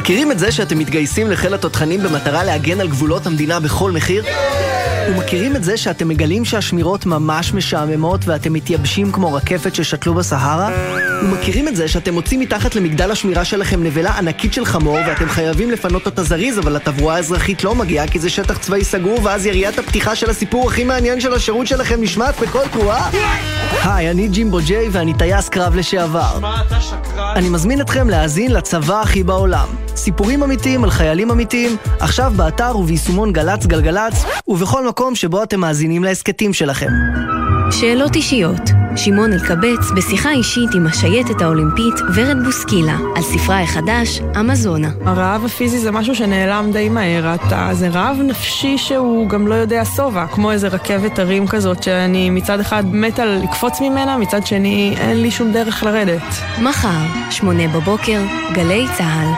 מכירים את זה שאתם מתגייסים לחיל התותחנים במטרה להגן על גבולות המדינה בכל מחיר? ומכירים את זה שאתם מגלים שהשמירות ממש משעממות ואתם מתייבשים כמו רקפת ששתלו בסהרה? ומכירים את זה שאתם מוצאים מתחת למגדל השמירה שלכם נבלה ענקית של חמור ואתם חייבים לפנות אותה זריז, אבל התברואה האזרחית לא מגיעה כי זה שטח צבאי סגור, ואז יריית הפתיחה של הסיפור הכי מעניין של השירות שלכם נשמעת בכל תרועה? היי, אני ג'ימבו ג'יי ואני טייס קרב לשעבר. אני מזמין אתכם להאזין לצבא הכי בעולם. סיפורים אמיתיים על חיילים אמיתיים, עכשיו באתר וביישומון גלץ גלגלץ, ובכל מקום שבו אתם מאזינים להסקטים שלכם. שאלות אישיות. שמעון אלקבץ בשיחה אישית עם השייטת האולימפית ורד בוסקילה על ספרה החדש, אמזונה. הרעב הפיזי זה משהו שנעלם די מהר. אתה, זה רעב נפשי שהוא גם לא יודע סובה, כמו איזה רכבת הרים כזאת שאני מצד אחד מת על לקפוץ ממנה, מצד שני אין לי שום דרך לרדת. מחר, שמונה בבוקר, גלי צהל.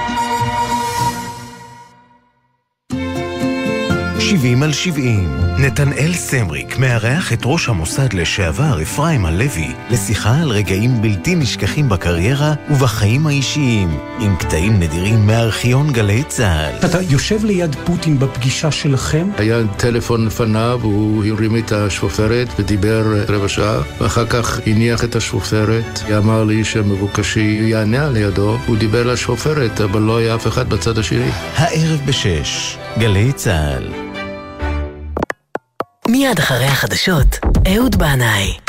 שבעים על שבעים. נתנאל סמריק מארח את ראש המוסד לשעבר אפרים הלוי לשיחה על רגעים בלתי נשכחים בקריירה ובחיים האישיים, עם קטעים נדירים מארכיון גלי צהל. אתה יושב ליד פוטין בפגישה שלכם? היה טלפון לפניו, הוא הרים את השופרת ודיבר רבע שעה, ואחר כך הניח את השופרת. הוא אמר לי שמבוקשי יענה על ידו, הוא דיבר לשופרת, אבל לא היה אף אחד בצד השני. הערב בשש, גלי צהל. מיד אחרי החדשות, אהוד בנאי.